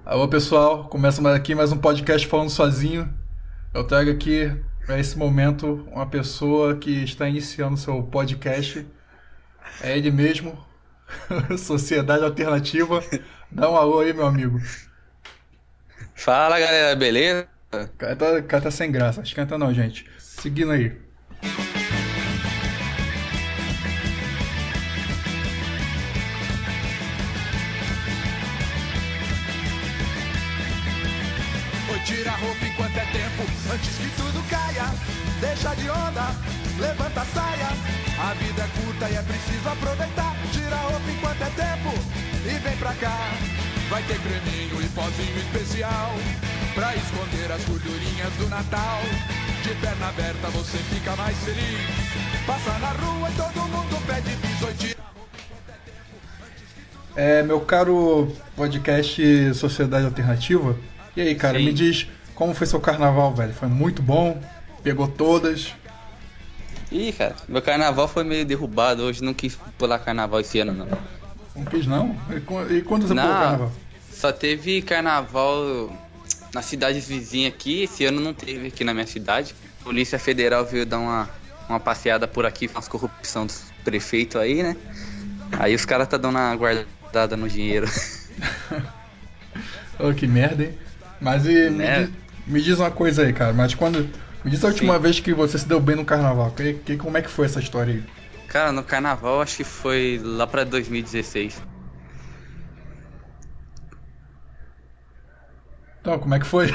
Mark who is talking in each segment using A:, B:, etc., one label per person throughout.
A: Alô pessoal, começa aqui mais um podcast falando sozinho. Eu trago aqui para esse momento uma pessoa que está iniciando seu podcast. É ele mesmo, Sociedade Alternativa. Dá um alô aí, meu amigo.
B: Fala galera, beleza?
A: O cara tá sem graça, esquenta não, gente. Seguindo aí.
C: Tira a roupa enquanto é tempo, antes que tudo caia. Deixa de onda, levanta a saia. A vida é curta e é preciso aproveitar. Tira a roupa enquanto é tempo e vem pra cá. Vai ter creminho e pozinho especial pra esconder as gordurinhas do Natal. De perna aberta você fica mais feliz. Passa na rua e todo mundo pede piso. Tira a roupa enquanto é tempo, antes que tudo...
A: Meu caro podcast Sociedade Alternativa. E aí, cara,
B: Sim.
A: me diz como foi seu carnaval, velho? Foi muito bom? Pegou todas?
B: Ih, cara, meu carnaval foi meio derrubado hoje, não quis pular carnaval esse ano não.
A: Não quis não? E quando você pulou o carnaval?
B: Só teve carnaval nas cidades vizinhas aqui, esse ano não teve aqui na minha cidade. A Polícia Federal veio dar uma passeada por aqui com as corrupção dos prefeitos aí, né? Aí os caras tá dando uma guardada no dinheiro.
A: Oh, que merda, hein? Mas
B: Né?
A: me diz uma coisa aí, cara. Mas quando. Me diz a última
B: Sim.
A: vez que você se deu bem no carnaval. Como é que foi essa história aí?
B: Cara, no carnaval acho que foi lá pra 2016.
A: Então, como é que foi?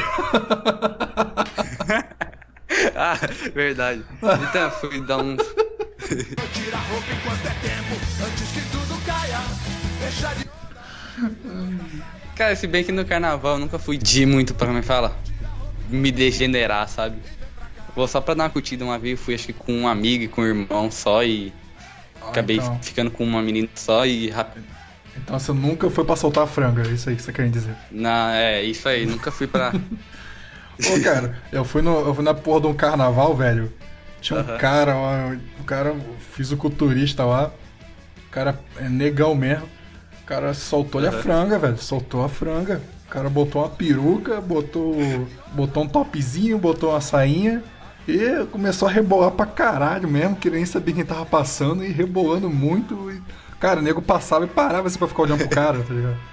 B: Ah, verdade. Então, fui dar um.
C: Tira a roupa enquanto é tempo, antes que tudo caia. Deixa de...
B: Cara, se bem que no carnaval eu nunca fui de muito pra me falar, me degenerar, sabe? Vou só pra dar uma curtida uma vez, fui acho que com um amigo e com um irmão só e acabei
A: então.
B: ficando com uma menina só e rápido.
A: Então você nunca foi pra soltar a franga, é isso aí que você quer dizer.
B: É isso aí, nunca fui pra.
A: Pô, cara, eu fui na porra de um carnaval, velho. Tinha um
B: Aham.
A: cara lá, o cara, fisiculturista lá. O cara é negão mesmo. O cara soltou-lhe a
B: Aham.
A: franga, velho. Soltou a franga. O cara botou uma peruca, botou um topzinho, botou uma sainha. E começou a rebolar pra caralho mesmo, que nem sabia quem tava passando e rebolando muito. E, cara, o nego passava e parava assim pra ficar olhando pro cara, tá ligado?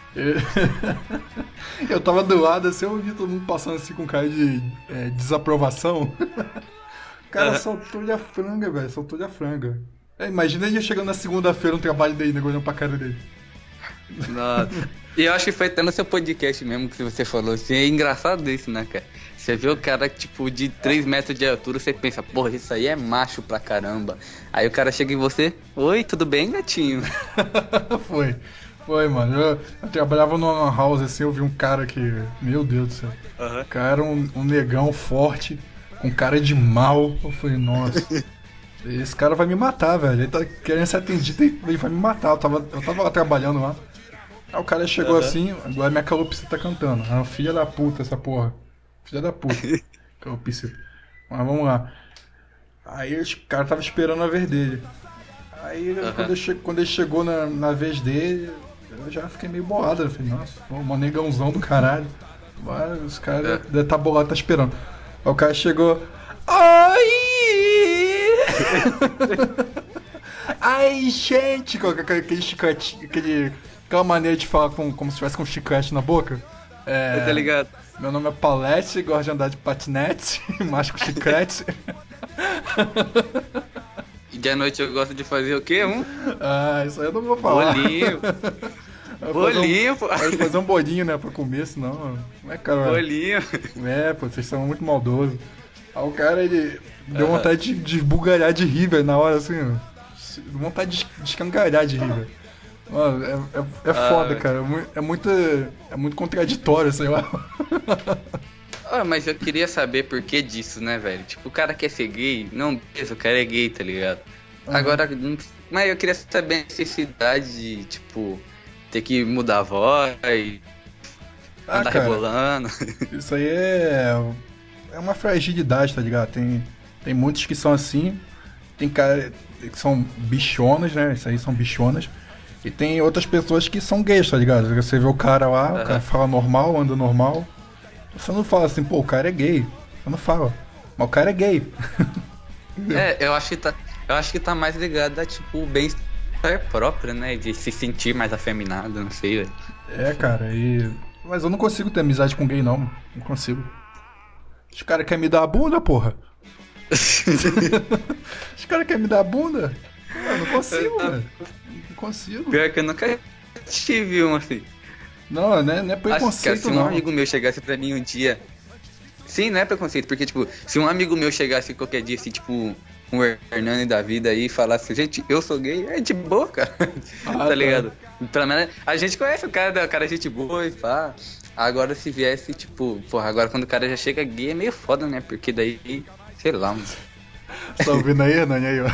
A: Eu tava do lado assim, eu ouvi todo mundo passando assim com cara de desaprovação. O cara
B: Aham.
A: soltou-lhe a franga, velho. Soltou-lhe a franga. Imagina ele chegando na segunda-feira no trabalho dele, nego olhando pra cara dele.
B: Nossa. E eu acho que foi até no seu podcast mesmo que você falou assim, é engraçado isso, né, cara? Você vê o cara, tipo, de 3 metros de altura, você pensa, porra, isso aí é macho pra caramba. Aí o cara chega em você, oi, tudo bem, gatinho?
A: Foi. Foi, mano. Eu trabalhava numa house assim, eu vi um cara que. Meu Deus do céu.
B: Aham.
A: O cara era um negão forte, com cara de mal. Eu falei, nossa. Esse cara vai me matar, velho. Ele tá querendo ser atendido e ele vai me matar. Eu tava lá trabalhando lá. Aí o cara chegou
B: Aham.
A: assim, agora minha calopsita tá cantando. Ah, filha da puta essa porra. Filha da puta. Calopsita. Mas vamos lá. Aí o cara tava esperando a vez dele. Aí
B: Aham.
A: quando ele chegou na vez dele, eu já fiquei meio bolado. Eu falei, nossa, pô, um negãozão do caralho. Mas os caras devem estar bolado, tá esperando. Aí o cara chegou. Oi! Ai, gente! Com aquele chiclete, aquela maneira de falar como se tivesse com um chiclete na boca.
B: Tá ligado?
A: Meu nome é Palete, gosto de andar de patinete, mais com chiclete.
B: E de noite eu gosto de fazer o quê?
A: Ah, isso aí eu não vou falar.
B: Bolinho.
A: Vai
B: Bolinho, pô.
A: Vai fazer um bolinho, né, pra comer, senão. Como é que cara?
B: Bolinho.
A: Pô, vocês são muito maldosos. Aí o cara, ele deu
B: Aham.
A: vontade de esbugalhar de rir, velho, na hora, assim, ó. Deu vontade de escangalhar de rir, velho. Mano, é foda,
B: velho.
A: cara. É muito contraditório, sei lá.
B: Ah, mas eu queria saber por que disso, né, velho? Tipo, o cara quer ser gay? Não, beleza, o cara é gay, tá ligado? Agora, mas eu queria saber a necessidade de, tipo, ter que mudar a voz,
A: Ah,
B: andar
A: cara,
B: rebolando.
A: isso aí é uma fragilidade, tá ligado? Tem muitos que são assim, tem cara que são bichonas, né? Isso aí são bichonas. E tem outras pessoas que são gays, tá ligado? Você vê o cara lá, o cara fala normal, anda normal. Você não fala assim, pô, o cara é gay. Você não fala. Mas o cara é gay.
B: Eu acho que tá mais ligado a, tipo, o bem-estar próprio, né? De se sentir mais afeminado, não sei, velho.
A: Cara, mas eu não consigo ter amizade com gay, não. Não consigo. Os caras querem me dar a bunda, porra. Os caras querem me dar a bunda? Eu não consigo, velho. Não consigo.
B: Pior que eu nunca tive um assim.
A: Não, não é preconceito,
B: se um amigo meu chegasse pra mim um dia... Sim, não é preconceito, porque, tipo, se um amigo meu chegasse qualquer dia, assim, tipo, um Hernani da vida aí e falasse, gente, eu sou gay, é de boa, cara. Tá ligado? Pelo menos a gente conhece o cara é gente boa e pá. Agora se viesse, tipo, porra, agora quando o cara já chega gay é meio foda, né? Porque daí, sei lá, mano.
A: Tá ouvindo aí, Hernani, aí, ó?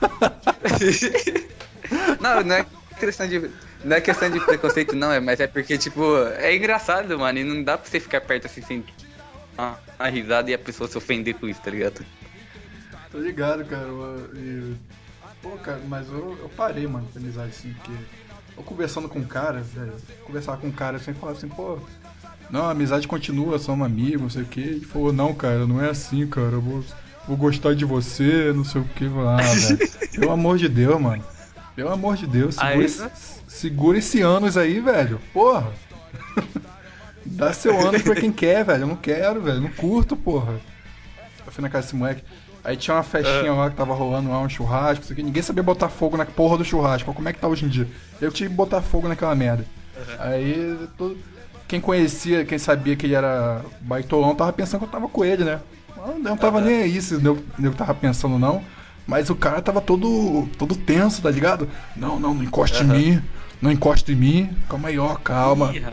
B: Não é questão de preconceito, não, mas é porque, tipo, é engraçado, mano, e não dá pra você ficar perto assim sem uma risada e a pessoa se ofender com isso, tá ligado?
A: Tô ligado, cara. Pô, cara, mas eu parei, mano, de amizade assim, porque eu conversando com um cara, velho, conversar com um cara assim, falar assim, pô, não, a amizade continua, somos amigos, não sei o que. Ele falou, não, cara, não é assim, cara, eu vou gostar de você, não sei o que. Velho, pelo amor de Deus, mano. Pelo amor de Deus, segura esse ânus aí, velho. Porra. Dá seu ânus pra quem quer, velho. Eu não quero, velho. Não curto, porra. Eu fui na casa desse moleque. Aí tinha uma festinha lá que tava rolando lá, um churrasco, isso aqui. Ninguém sabia botar fogo na porra do churrasco. Como é que tá hoje em dia? Eu tive que botar fogo naquela merda. Aí, quem conhecia, quem sabia que ele era baitolão, tava pensando que eu tava com ele, né? Eu não tava nem aí se eu tava pensando, não. Mas o cara tava todo tenso, tá ligado? Não encosta em mim. Não encosta em mim. Calma aí, ó, calma.
B: Ih,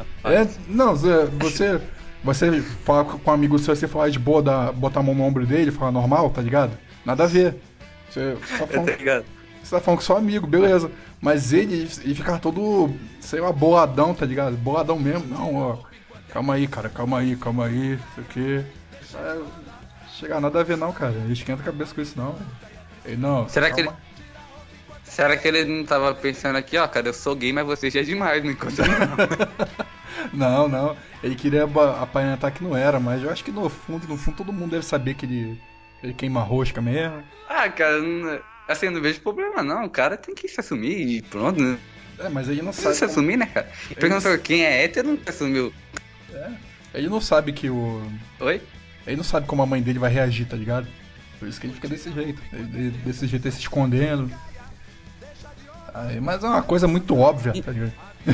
A: Você fala com um amigo seu, você fala de boa, botar a mão no ombro dele, falar normal, tá ligado? Nada a ver. Você tá falando com seu amigo, beleza. Mas ele ficava todo, sei lá, boladão, tá ligado? Boladão mesmo. Não, ó. Calma aí, cara, calma aí, isso aqui. Chega nada a ver não, cara. Ele esquenta a cabeça com isso não. Ele, não.
B: Será que ele não tava pensando aqui, ó, cara, eu sou gay, mas você já é demais, não encontra não.
A: Não. Ele queria aparentar que não era, mas eu acho que no fundo todo mundo deve saber que ele queima rosca mesmo.
B: Ah, cara, assim, eu não vejo problema não, o cara tem que se assumir e pronto, né?
A: Mas ele não sabe.
B: Tem que se assumir, né, cara? Pergunta quem é hétero não se assumiu.
A: Ele não sabe que o...
B: Oi?
A: Ele não sabe como a mãe dele vai reagir, tá ligado? Por isso que ele fica desse jeito. Desse jeito, ele se escondendo. Mas é uma coisa muito óbvia, tá ligado?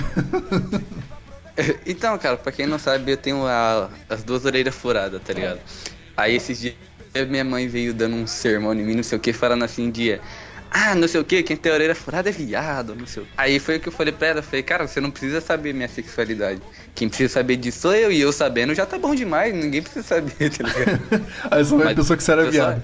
B: Então, cara, pra quem não sabe, eu tenho as duas orelhas furadas, tá ligado? Aí esses dias minha mãe veio dando um sermão em mim, não sei o que, falando assim um dia... Ah, não sei o que, quem tem a orelha furada é viado, não sei o que. Aí foi o que eu falei pra ela, eu falei, cara, você não precisa saber minha sexualidade. Quem precisa saber disso sou eu, e eu sabendo já tá bom demais, ninguém precisa saber, tá ligado?
A: Aí só uma pessoa que você era viado.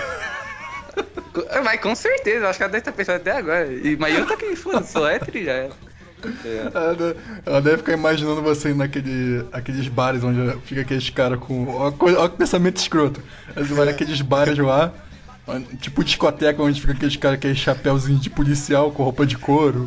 B: Mas com certeza, eu acho que ela deve estar pensando até agora. Mas eu tô aqui, foda-se, sou hétero e já era.
A: Ela deve ficar imaginando você indo aqueles bares onde fica aqueles caras com... Olha que pensamento escroto. Você vai naqueles bares lá, tipo discoteca, onde fica aqueles caras, aqueles chapéuzinho de policial com roupa de couro.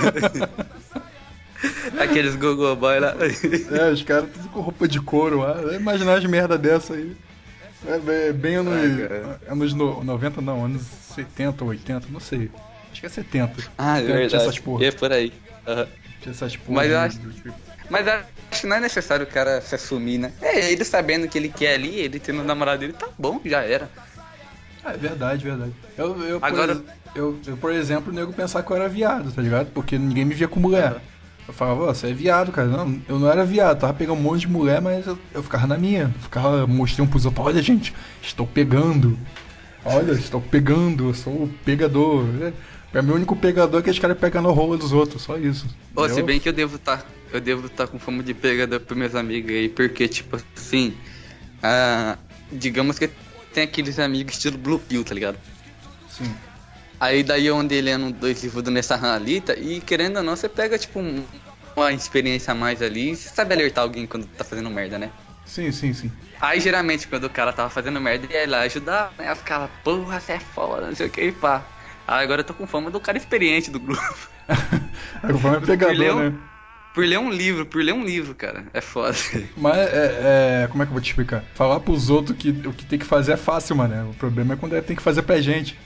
B: Aqueles gogo boy lá.
A: Os caras tudo com roupa de couro lá. Imaginar as merda dessa aí. Bem anos 90, não, anos 70, 80, não sei. Acho que é 70.
B: Ah, é verdade.
A: Essas porra.
B: É por aí.
A: Tinha essas porra.
B: Mas acho que não é necessário o cara se assumir, né? Ele sabendo que ele quer ali, ele tendo o namorado dele, tá bom, já era.
A: É verdade. Eu, por exemplo, o nego pensar que eu era viado, tá ligado? Porque ninguém me via com mulher. Eu falava, você é viado, cara. Não, eu não era viado, tava pegando um monte de mulher, mas eu ficava na minha. Ficava mostrando pros outros, olha gente, estou pegando. Olha, estou pegando, eu sou o pegador. Pra mim o único pegador é que os caras pegam no rolo dos outros, só isso.
B: Se bem que eu devo estar com fama de pegador pros meus amigos aí, porque tipo assim, digamos que tem aqueles amigos estilo Blue Pill, tá ligado?
A: Sim.
B: Aí daí eu andei lendo 2 livros do Nessa Alita e querendo ou não, você pega tipo uma experiência a mais ali e você sabe alertar alguém quando tá fazendo merda, né?
A: Sim.
B: Aí geralmente quando o cara tava fazendo merda, ele ia lá ajudar, né? Eu ficava, porra, você é foda, não sei o que, e pá. Aí agora eu tô com fama do cara experiente do grupo.
A: O fã é pegador, né?
B: Por ler um livro, cara. É foda.
A: Mas como é que eu vou te explicar? Falar pros outros que o que tem que fazer é fácil, mano. O problema é quando tem que fazer pra gente.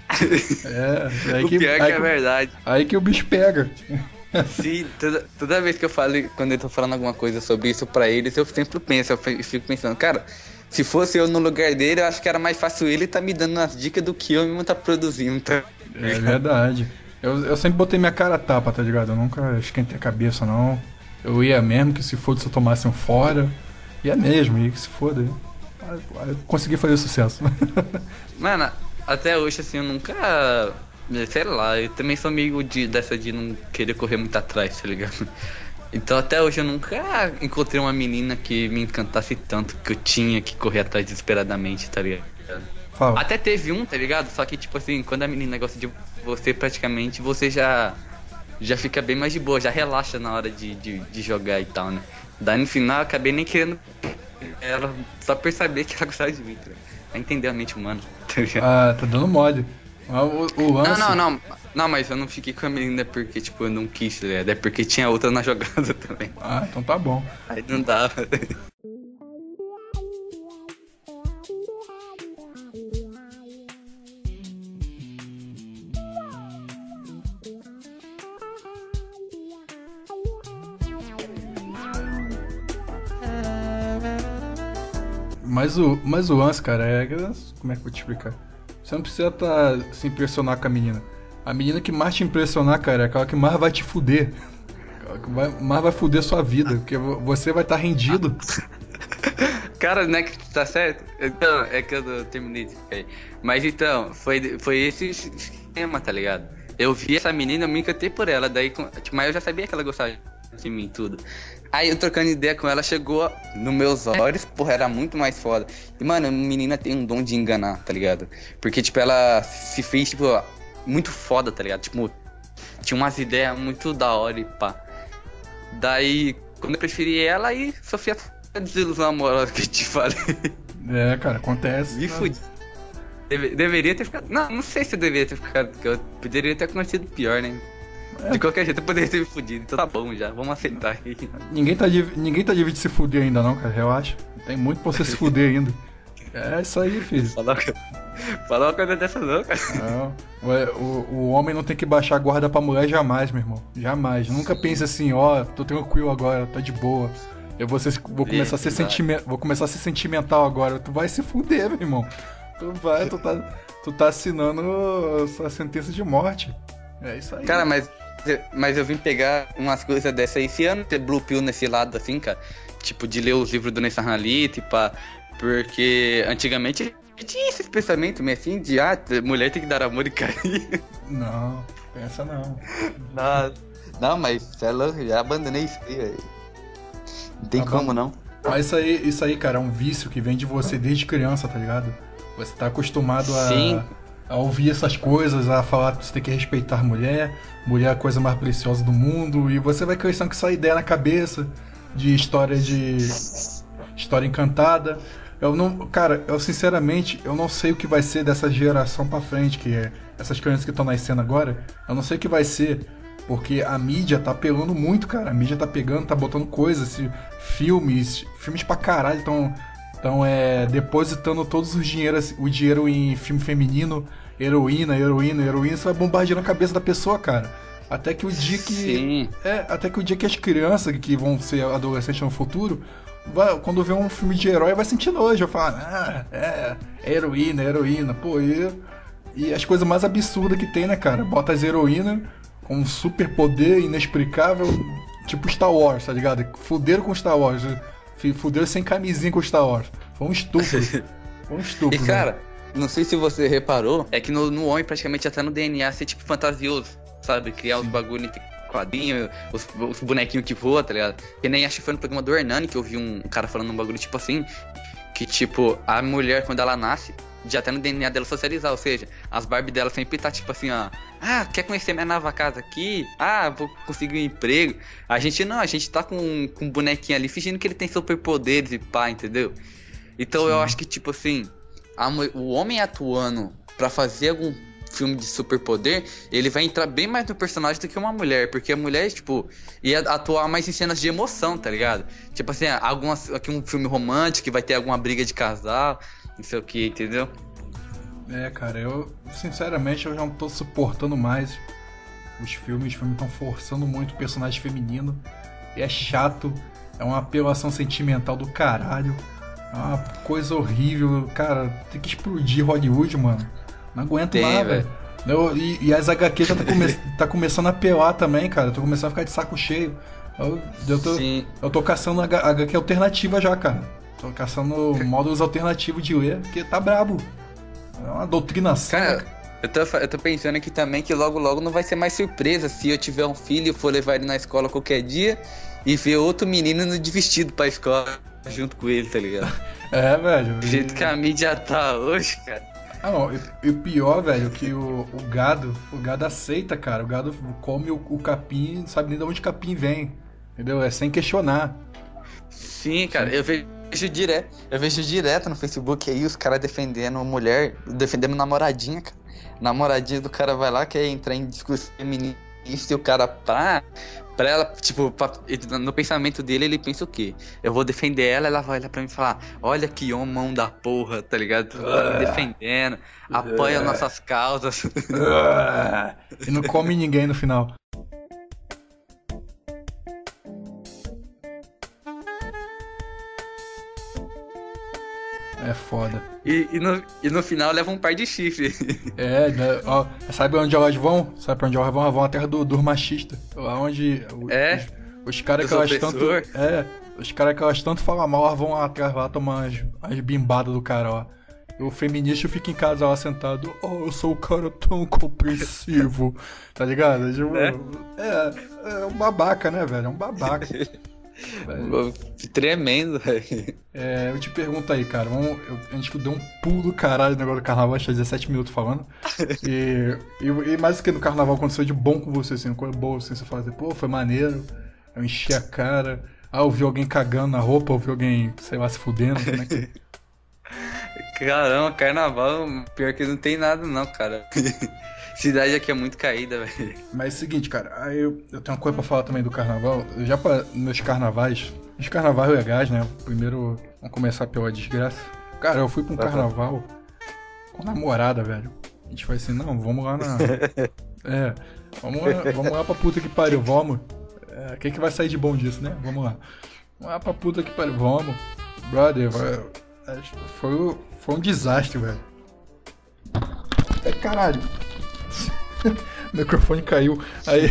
B: O pior é que é verdade.
A: Aí que o bicho pega.
B: Sim, toda vez que eu falo, quando eu tô falando alguma coisa sobre isso pra eles, eu sempre penso, eu fico pensando, cara, se fosse eu no lugar dele, eu acho que era mais fácil ele tá me dando as dicas do que eu mesmo tá produzindo, tá?
A: É verdade. Eu sempre botei minha cara a tapa, tá ligado? Eu nunca esquentei a cabeça, não. Eu ia mesmo, que se foda, se eu tomasse um fora. Ia mesmo, ia que se foda. Eu consegui fazer sucesso.
B: Mano, até hoje, assim, eu nunca... Sei lá, eu também sou amigo dessa de não querer correr muito atrás, tá ligado? Então até hoje eu nunca encontrei uma menina que me encantasse tanto que eu tinha que correr atrás desesperadamente, tá ligado?
A: Fala.
B: Até teve um, tá ligado? Só que, tipo assim, quando a menina gosta de você, praticamente, você já fica bem mais de boa, já relaxa na hora de jogar e tal, né? Daí no final eu acabei nem querendo ela só por saber que ela gostava de mim, tá ligado? Pra entender a mente humana, tá ligado?
A: Ah, tá dando mole. O lance...
B: Não, mas eu não fiquei com a menina porque, tipo, eu não quis, tá ligado? É porque tinha outra na jogada também.
A: Ah, então tá bom.
B: Aí não dava.
A: Mas o lance, cara, como é que eu vou te explicar? Você não precisa se impressionar com a menina. A menina que mais te impressionar, cara, é aquela que mais vai te fuder. Aquela que mais vai fuder sua vida, porque você vai estar rendido.
B: Cara, não é que tá certo? Então, é que eu terminei de ficar aí. Mas então, foi esse esquema, tá ligado? Eu vi essa menina, eu me encantei por ela, daí, tipo, mas eu já sabia que ela gostava de mim e tudo. Aí eu trocando ideia com ela, chegou nos meus olhos, porra, era muito mais foda. E, mano, a menina tem um dom de enganar, tá ligado? Porque, tipo, ela se fez, tipo, muito foda, tá ligado? Tipo, tinha umas ideias muito da hora e pá. Daí, quando eu preferi ela, aí sofri a desilusão amorosa que eu te falei.
A: É, cara, acontece.
B: Me fudi. Deveria ter ficado... Não sei se eu deveria ter ficado, porque eu poderia ter acontecido pior, né? De qualquer jeito eu poderia ter me fudido, então tá bom já, vamos aceitar aí.
A: Ninguém tá de se fuder ainda não, cara, relaxa. Tem muito pra você se fuder ainda. É isso aí, filho.
B: Falar uma coisa dessa não, cara.
A: Não, o homem não tem que baixar a guarda pra mulher jamais, meu irmão. Jamais. Nunca pense assim, ó, tô tranquilo agora, tá de boa. Vou começar a ser sentimental agora. Tu vai se fuder, meu irmão. Tu tá assinando a sentença de morte. É isso aí.
B: Cara, mas eu vim pegar umas coisas dessas aí esse ano, ter Blue Pill nesse lado assim, cara. Tipo, de ler os livros do Nestor Nalita e pá. Porque antigamente tinha esses pensamentos meio assim de mulher tem que dar amor e carinho.
A: Não, pensa não.
B: Não, mas já abandonei isso aí, velho. Não tem como não.
A: Mas isso aí, cara, é um vício que vem de você desde criança, tá ligado? Você tá acostumado a ouvir essas coisas, a falar que você tem que respeitar mulher é a coisa mais preciosa do mundo, e você vai crescendo com essa ideia na cabeça de história encantada. Eu sinceramente, eu não sei o que vai ser dessa geração pra frente, que é essas crianças que estão nascendo agora, eu não sei o que vai ser, porque a mídia tá apelando muito, cara, a mídia tá pegando, tá botando coisas, filmes pra caralho, estão depositando todos o dinheiro em filme feminino, heroína, você vai bombardeando a cabeça da pessoa, cara. Até que o dia que as crianças que vão ser adolescentes no futuro, quando vê um filme de herói, vai sentir nojo, vai falar, é heroína, pô, e as coisas mais absurdas que tem, né, cara? Bota as heroínas com um super poder inexplicável, tipo Star Wars, tá ligado? Fuderam com Star Wars. Fuderam sem camisinha com Star Wars. Foi um estupro.
B: E cara, não sei se você reparou, é que no homem praticamente já tá no DNA ser tipo fantasioso, sabe? Criar os bagulho de quadrinho, os bonequinhos que voam, tá ligado? Que nem acho que foi no programa do Hernani que eu vi um cara falando um bagulho tipo assim, que tipo, a mulher quando ela nasce, já tá no DNA dela socializar, ou seja, as Barbie dela sempre tá tipo assim, ó, quer conhecer minha nova casa aqui? Vou conseguir um emprego. A gente tá com um bonequinho ali fingindo que ele tem superpoderes e pá, entendeu? Então eu acho que tipo assim, o homem atuando pra fazer algum filme de superpoder, ele vai entrar bem mais no personagem do que uma mulher, porque a mulher, tipo, ia atuar mais em cenas de emoção, tá ligado? Tipo assim, aqui um filme romântico que vai ter alguma briga de casal, não sei o que, entendeu?
A: Cara, eu, sinceramente, eu já não tô suportando mais os filmes estão forçando muito o personagem feminino, é chato, é uma apelação sentimental do caralho, é uma coisa horrível, cara, tem que explodir Hollywood, mano, não aguento mais, velho. E as HQ já tá começando a apelar também, cara, eu tô começando a ficar de saco cheio, eu tô caçando HQ alternativa já, cara, tô caçando módulos alternativos de ler, porque tá brabo, é uma doutrinação,
B: cara. Eu tô pensando aqui também que logo não vai ser mais surpresa se eu tiver um filho e for levar ele na escola qualquer dia e ver outro menino de vestido pra escola junto com ele, tá ligado?
A: Velho.
B: Do jeito que a mídia tá hoje, cara.
A: Não, e o pior, velho, que o gado aceita, cara. O gado come o capim, não sabe nem de onde o capim vem, entendeu? É sem questionar.
B: Sim, cara, eu vejo direto no Facebook aí os caras defendendo namoradinha, cara. Namoradinha do cara vai lá, quer entrar em discussão feminista e o cara pra ela, tipo, no pensamento dele ele pensa o quê? Eu vou defender ela vai olhar pra mim e falar, olha que homão da porra, tá ligado? Tu tá me defendendo, apoia nossas causas.
A: E não come ninguém no final. É foda.
B: E no final leva um par de chifre.
A: Sabe onde elas vão? Elas vão à terra dos machistas. Lá onde os caras que elas tanto. Os caras que elas tanto falam mal, elas vão atrás lá tomar as bimbadas do cara, ó. E o feminista fica em casa lá sentado. Oh, eu sou um cara tão compreensivo. Tá ligado? É um babaca, né, velho? É um babaca.
B: Tremendo, velho.
A: Eu te pergunto aí, cara. A gente deu um pulo do caralho no negócio do carnaval, a gente tá 17 minutos falando. E mais do que no carnaval aconteceu de bom com você, assim, uma coisa boa, assim, você fala assim, pô, foi maneiro, eu enchi a cara. Eu vi alguém cagando na roupa, eu vi alguém, sei lá, se fudendo, como é que...
B: Caramba, carnaval, pior que não tem nada não, cara. Cidade aqui é muito caída, velho.
A: Mas é o seguinte, cara, aí eu tenho uma coisa pra falar também do carnaval. Meus carnavais, os carnavais legais, né? Primeiro, vamos começar pela desgraça. Cara, eu fui pra um carnaval com namorada, velho. A gente foi assim, não, vamos lá na... vamos lá pra puta que pariu, vamos. O que vai sair de bom disso, né? Vamos lá. Vamos lá pra puta que pariu, vamos. Brother, foi um desastre, velho. Caralho. O microfone caiu. Aí.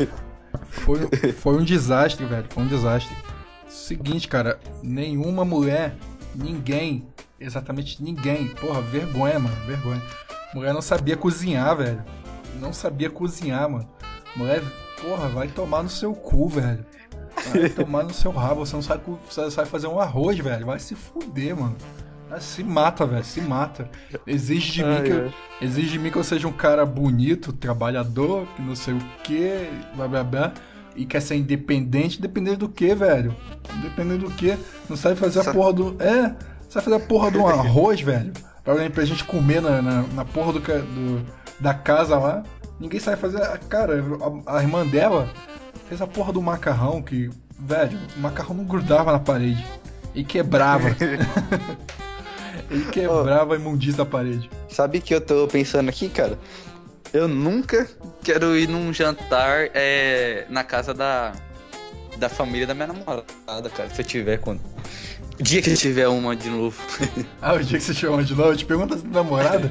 A: Foi um desastre, velho. Foi um desastre. Seguinte, cara. Nenhuma mulher, ninguém, exatamente ninguém. Porra, vergonha, mano. Vergonha. Mulher não sabia cozinhar, velho. Não sabia cozinhar, mano. Mulher, porra, vai tomar no seu cu, velho. Vai tomar no seu rabo. Você não sabe fazer um arroz, velho. Vai se fuder, mano. Se mata, velho, se mata. Exige de mim que eu seja um cara bonito, trabalhador, que não sei o que, blá blá blá, e quer ser independente. Dependendo do que, velho? Dependendo do que? Não sabe fazer a porra do... sabe fazer a porra de um arroz, velho? Pra gente comer na porra da casa lá. Ninguém sabe fazer... Cara, a irmã dela fez a porra do macarrão que... Velho, o macarrão não grudava na parede. E quebrava. Ele quebrava a imundícia da parede.
B: Sabe o que eu tô pensando aqui, cara? Eu nunca quero ir num jantar na casa da família da minha namorada, cara. Se eu tiver quando. O dia que eu tiver uma de novo.
A: O dia que você tiver uma de novo? Eu te pergunto se tem namorada?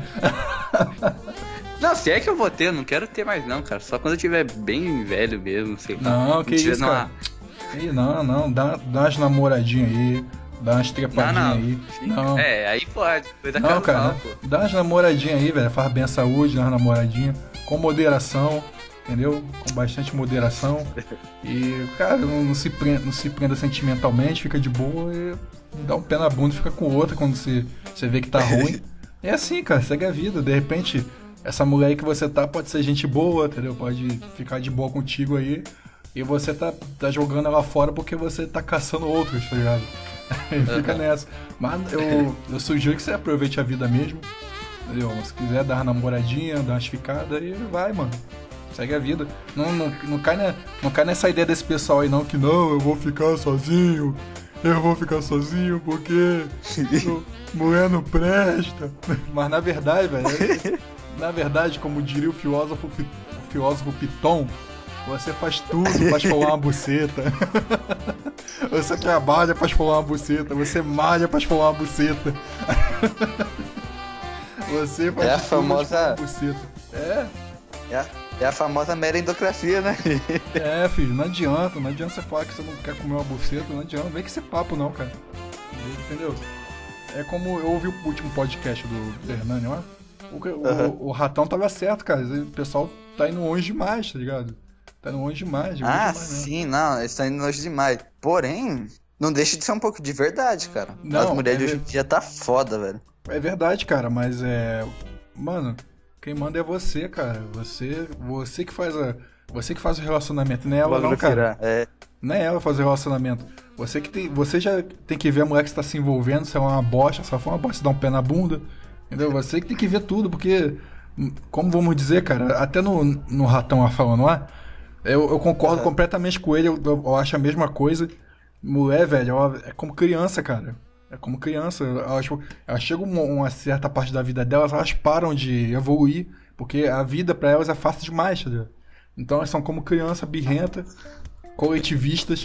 B: Não, se é que eu vou ter, eu não quero ter mais não, cara. Só quando eu tiver bem velho mesmo, sei lá.
A: Não, que isso, cara. Não. Dá umas namoradinhas aí. Dá umas trepadinhas aí. Não.
B: Aí pode.
A: Não, cara. Dá umas namoradinhas aí, velho. Faz bem a saúde, dá umas namoradinhas. Com moderação, entendeu? Com bastante moderação. E, cara, não se prenda sentimentalmente, fica de boa e dá um pé na bunda e fica com outra quando você vê que tá ruim. É assim, cara, segue a vida. De repente, essa mulher aí que você tá pode ser gente boa, entendeu? Pode ficar de boa contigo aí. E você tá jogando ela fora porque você tá caçando outros, tá ligado? Fica nessa. Mas eu sugiro que você aproveite a vida mesmo. Entendeu? Se quiser dar uma namoradinha, dar umas ficadas, aí vai, mano. Segue a vida. Não cai nessa ideia desse pessoal aí não, que não, eu vou ficar sozinho porque mulher não presta. Mas na verdade, velho, como diria o filósofo Piton, você faz tudo pra esfolar uma buceta. Você trabalha pra esfolar uma buceta, você malha pra esfolar uma buceta. Você faz
B: É a
A: tudo
B: famosa-
A: pra esfolar uma buceta.
B: É a famosa meritocracia, né?
A: Filho, não adianta você falar que você não quer comer uma buceta, não adianta, vem com esse papo não, cara. Entendeu? É como eu ouvi o último podcast do Hernani, ó. O Ratão tava certo, cara. O pessoal tá indo longe demais, tá ligado? Tá indo longe demais.
B: Ah,
A: demais mesmo.
B: sim, não, eles estão indo longe demais. Porém, não deixa de ser um pouco de verdade, cara.
A: Não,
B: As mulheres
A: é
B: de hoje em dia tá foda, velho.
A: É verdade, cara, mas mano, quem manda é você, cara. Você que faz você que faz o relacionamento, não é ela não, cara. Não é ela fazer o relacionamento. Você já tem que ver a mulher que está se envolvendo, se ela é uma bosta, se ela for uma bosta, se dá um pé na bunda. Entendeu? Você que tem que ver tudo, porque, como vamos dizer, cara, até no Ratão falando lá, eu concordo completamente com ele, eu acho a mesma coisa. Mulher, velho, ela é como criança, cara. É como criança. Ela chega uma certa parte da vida delas, elas param de evoluir, porque a vida pra elas é fácil demais, tá ligado? Então elas são como criança, birrenta, coletivistas.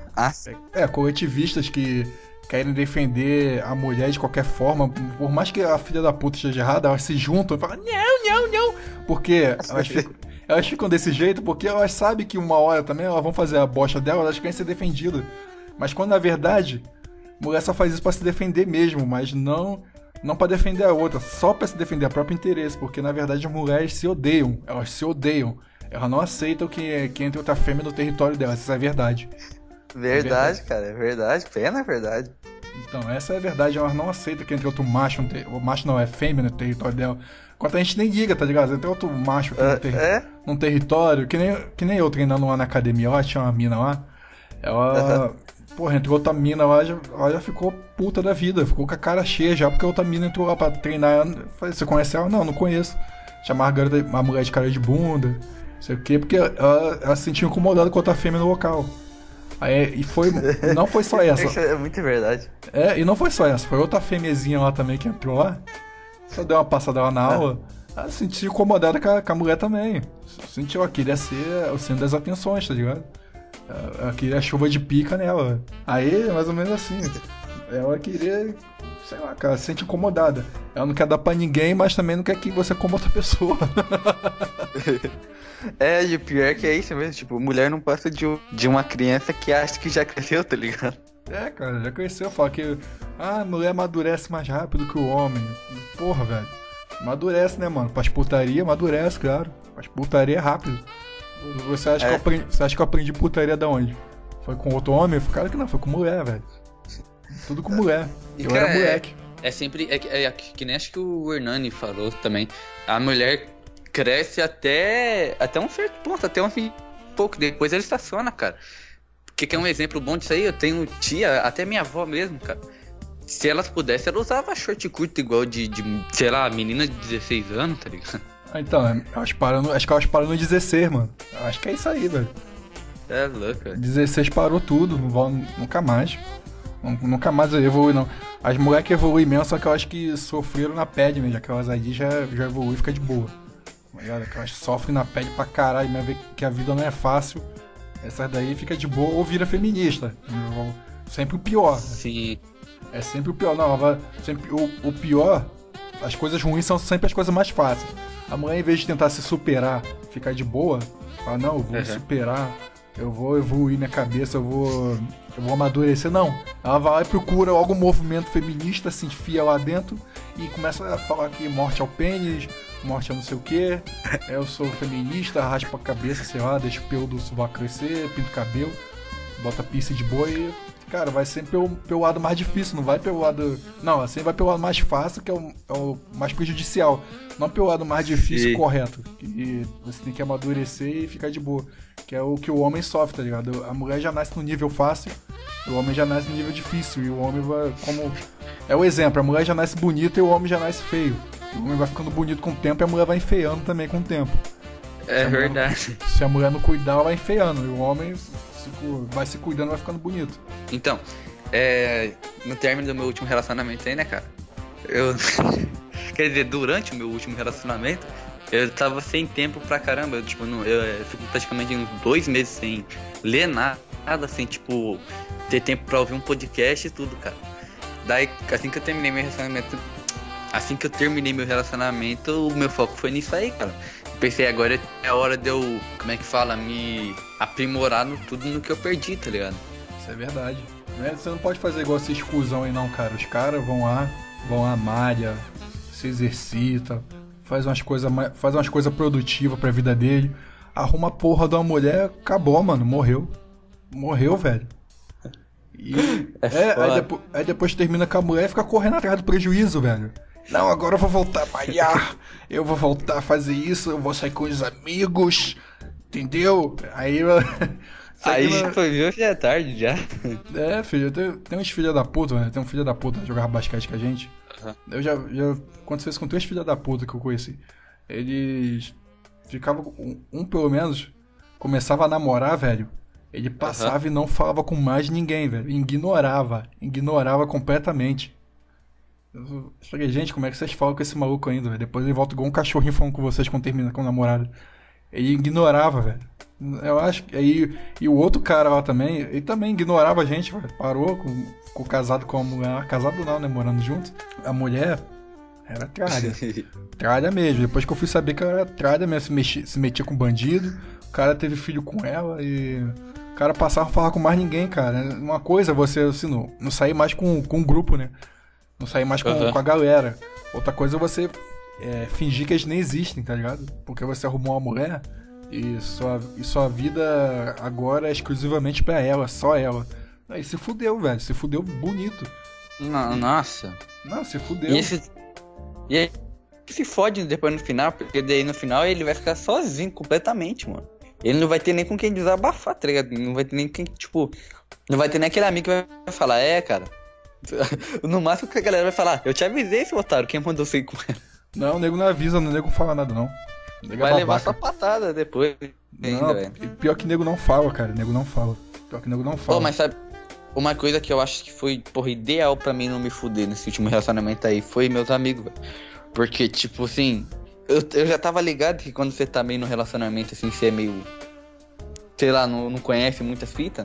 A: Coletivistas que querem defender a mulher de qualquer forma. Por mais que a filha da puta esteja errada, elas se juntam e falam, não. Porque elas ficam desse jeito porque elas sabem que uma hora também elas vão fazer a bosta delas, elas querem ser defendidas. Mas quando na verdade, a mulher só faz isso pra se defender mesmo, mas não pra defender a outra, só pra se defender a próprio interesse, porque na verdade as mulheres se odeiam, elas se odeiam. Elas não aceitam que entre outra fêmea no território delas, isso é verdade.
B: Verdade, cara, é verdade, pena é verdade.
A: Então, essa é a verdade, elas não aceitam que entre outro macho, o macho não é fêmea no território dela. Enquanto a gente nem liga, tá ligado? Entre outro macho num território, que nem eu treinando lá na academia, lá tinha uma mina lá, ela, porra, entrou outra mina lá, ela já ficou puta da vida, ficou com a cara cheia já, porque a outra mina entrou lá pra treinar. Falei, você conhece ela? Não conheço. Chamava a mulher de cara de bunda, não sei o quê, porque ela se sentia incomodada com outra fêmea no local. Aí, não foi só essa.
B: Isso é muito verdade.
A: E não foi só essa, foi outra fêmeazinha lá também que entrou lá. Só deu uma passada lá na aula. Ela se sentiu incomodada com a mulher também. Sentiu, ela queria ser o centro das atenções, tá ligado? Ela queria chuva de pica nela. Aí, mais ou menos assim. Ela queria, sei lá, cara, se sente incomodada. Ela não quer dar pra ninguém, mas também não quer que você coma outra pessoa.
B: E o pior que é isso mesmo, tipo, mulher não passa de uma criança que acha que já cresceu, tá ligado?
A: Cara, já cresceu, fala que a mulher amadurece mais rápido que o homem. Porra, velho. Amadurece, né, mano? Pra putaria, amadurece, claro. Pra putaria é rápido. Você acha que eu aprendi putaria da onde? Foi com outro homem? Claro que não, foi com mulher, velho. Tudo com mulher. Eu era moleque.
B: É sempre. Que nem acho que o Hernani falou também. A mulher cresce até um certo ponto, até um pouco. Depois ela estaciona, cara. Porque que é um exemplo bom disso aí, eu tenho tia, até minha avó mesmo, cara. Se elas pudessem, ela usava short curto igual de sei lá, menina de 16 anos, tá ligado?
A: Então, acho que elas param no 16, mano. Acho que é isso aí, velho.
B: É louco, velho. 16
A: parou tudo, não vão nunca mais. Nunca mais evolui, não. As mulheres que evoluem mesmo, só que eu acho que sofreram na pele mesmo, aquelas aí já evolui e fica de boa. Tá ligado? Aquelas sofrem na pele pra caralho, mas vê que a vida não é fácil. Essas daí fica de boa ou vira feminista. Sempre o pior.
B: Sim.
A: É sempre o pior. Não, sempre o pior, as coisas ruins são sempre as coisas mais fáceis. A mulher, em vez de tentar se superar, ficar de boa, fala, não, eu vou me superar, eu vou evoluir minha cabeça, eu vou amadurecer. Não, ela vai lá e procura algum movimento feminista, se enfia lá dentro e começa a falar que morte ao pênis, morte a não sei o que, eu sou feminista, raspa a cabeça, sei lá, deixa o pelo do sovaco crescer, pinta o cabelo, bota piercing de boi. Cara, vai sempre pelo lado mais difícil, não vai pelo lado... Não, assim vai pelo lado mais fácil, que é o mais prejudicial. Não pelo lado mais difícil e correto. E você tem que amadurecer e ficar de boa. Que é o que o homem sofre, tá ligado? A mulher já nasce no nível fácil, o homem já nasce no nível difícil. E o homem vai como... É o exemplo, a mulher já nasce bonita e o homem já nasce feio. O homem vai ficando bonito com o tempo e a mulher vai enfeiando também com o tempo.
B: É verdade.
A: Se a mulher não cuidar, ela vai enfeiando. E o homem vai se cuidando e vai ficando bonito.
B: Então, no término do meu último relacionamento aí, né, cara? Quer dizer, durante o meu último relacionamento, eu tava sem tempo pra caramba. Eu fico praticamente uns 2 meses sem ler nada, sem, tipo, ter tempo pra ouvir um podcast e tudo, cara. Daí, assim que eu terminei meu relacionamento, o meu foco foi nisso aí, cara. Pensei, agora é a hora de eu, me aprimorar tudo no que eu perdi, tá ligado?
A: Isso é verdade. Você não pode fazer igual esses cuzão aí não, cara. Os caras vão lá, malha, se exercita, faz umas coisas produtivas pra vida dele, arruma a porra de uma mulher, acabou, mano, morreu, velho. E aí depois termina com a mulher e fica correndo atrás do prejuízo, velho. Não, agora eu vou voltar a malhar, eu vou voltar a fazer isso, eu vou sair com os amigos, entendeu? Aí
B: foi, viu, já é tarde já.
A: É, filho, tem uns filha da puta, velho. Tem um filho da puta que jogava basquete com a gente. Uhum. Eu já aconteceu isso com 3 filha da puta que eu conheci. Eles ficavam, um pelo menos, começava a namorar, velho. Ele passava e não falava com mais ninguém, velho. Ignorava completamente. Eu falei, gente, como é que vocês falam com esse maluco ainda, velho? Depois ele volta igual um cachorrinho falando com vocês quando termina com o namorado. Ele ignorava, velho. Eu acho que aí. E o outro cara lá também, ele também ignorava a gente, velho. Parou, ficou casado com a mulher. Casado não, né? Morando junto. A mulher era tralha. Tralha mesmo. Depois que eu fui saber que ela era tralha mesmo, se metia com bandido. O cara teve filho com ela e. O cara passava a falar com mais ninguém, cara. Uma coisa, você assim, não sair mais com um grupo, né? Não sair mais com a galera. Outra coisa é você fingir que eles nem existem, tá ligado? Porque você arrumou uma mulher e sua vida agora é exclusivamente pra ela, só ela. Aí se fudeu, velho. Se fudeu bonito.
B: Nossa.
A: Não, se fudeu.
B: E aí se fode depois no final, porque daí no final ele vai ficar sozinho completamente, mano. Ele não vai ter nem com quem desabafar, tá ligado? Não vai ter nem quem, tipo... Não vai ter nem aquele amigo que vai falar, cara... No máximo que a galera vai falar, eu te avisei, seu otário, quem mandou você ir com ela?
A: Não, o nego não avisa, o nego não fala nada, não.
B: Vai levar só patada depois.
A: Não, pior que o nego não fala, cara. Pior que o nego não fala.
B: Pô, mas sabe, uma coisa que eu acho que foi, ideal pra mim não me fuder nesse último relacionamento aí foi meus amigos, velho. Porque, tipo assim, eu já tava ligado que quando você tá meio no relacionamento, assim, você é meio... Sei lá, não conhece muitas fitas.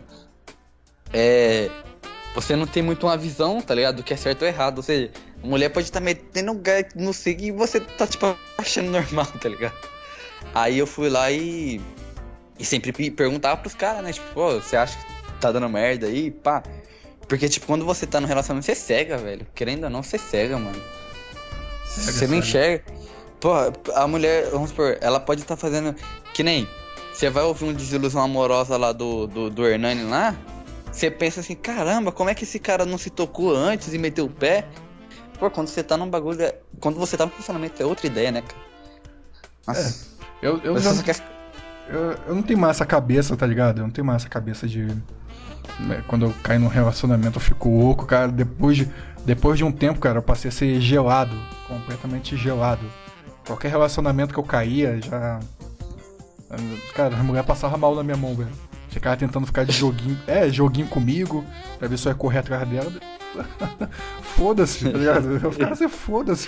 B: Você não tem muito uma visão, tá ligado? Do que é certo ou errado. Ou seja, a mulher pode estar metendo um gás no sig e você tá, tipo, achando normal, tá ligado? Aí eu fui lá e sempre perguntava pros caras, né? Tipo, pô, você acha que tá dando merda aí? Pá. Porque, tipo, quando você tá no relacionamento, você cega, velho. Querendo ou não, você cega, mano. Você não enxerga. Pô, a mulher, vamos supor, ela pode estar fazendo... Que nem... Você vai ouvir uma desilusão amorosa lá do Hernani lá... Você pensa assim, caramba, como é que esse cara não se tocou antes e meteu o pé? Pô, quando você tá num bagulho... Quando você tá no funcionamento é outra ideia, né, cara? Nossa.
A: Eu não tenho mais essa cabeça, tá ligado? Eu não tenho mais essa cabeça de... Quando eu caio num relacionamento eu fico louco, cara. Depois de um tempo, cara, eu passei a ser gelado. Completamente gelado. Qualquer relacionamento que eu caía, já... Cara, a mulher passava mal na minha mão, velho. Ficava tentando ficar de joguinho comigo, pra ver se eu ia correr atrás dela. Foda-se, tá ligado? Eu ficava assim, foda-se.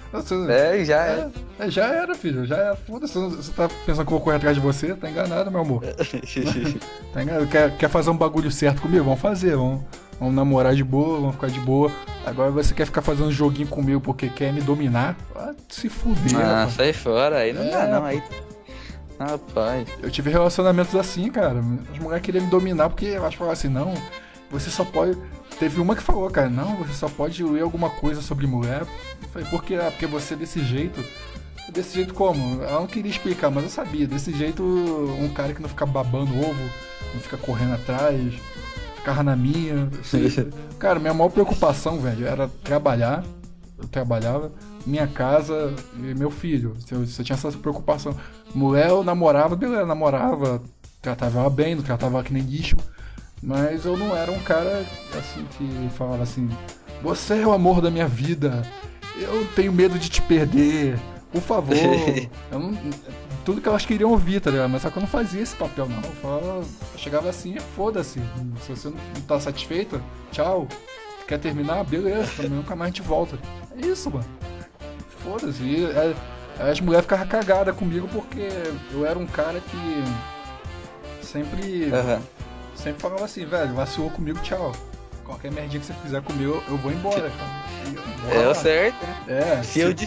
A: Já era, filho, já era. Foda-se, você tá pensando que eu vou correr atrás de você? Tá enganado, meu amor. Tá enganado? Quer fazer um bagulho certo comigo? Vamos fazer, vamos namorar de boa, vamos ficar de boa. Agora você quer ficar fazendo joguinho comigo porque quer me dominar? Ah, se fuder.
B: Sai fora, aí não dá não, aí... Rapaz.
A: Eu tive relacionamentos assim, cara. As mulheres queriam me dominar porque elas falavam assim, não, você só pode... Teve uma que falou, cara, não, você só pode ler alguma coisa sobre mulher. Eu falei, por quê? Porque você é desse jeito. Desse jeito como? Ela não queria explicar, mas eu sabia. Desse jeito, um cara que não fica babando ovo, não fica correndo atrás, ficava na minha. Assim. Cara, minha maior preocupação, velho, era trabalhar. Eu trabalhava, minha casa e meu filho. Se eu tinha essa preocupação. Mulher eu namorava, beleza, namorava, tratava ela bem, não tratava ela que nem lixo. Mas eu não era um cara assim que falava assim, você é o amor da minha vida, eu tenho medo de te perder, por favor. Eu não, tudo que elas queriam ouvir, tá ligado? Mas só que eu não fazia esse papel, não. Eu chegava assim, foda-se. Se você não tá satisfeita, tchau. Quer terminar? Beleza, também nunca mais a gente volta. É isso, mano. Foda-se. E as mulheres ficavam cagadas comigo porque eu era um cara que sempre falava assim, velho, vacilou comigo, tchau. Qualquer merdinha que você fizer comigo, eu vou embora, cara.
B: É o certo, né?
A: É.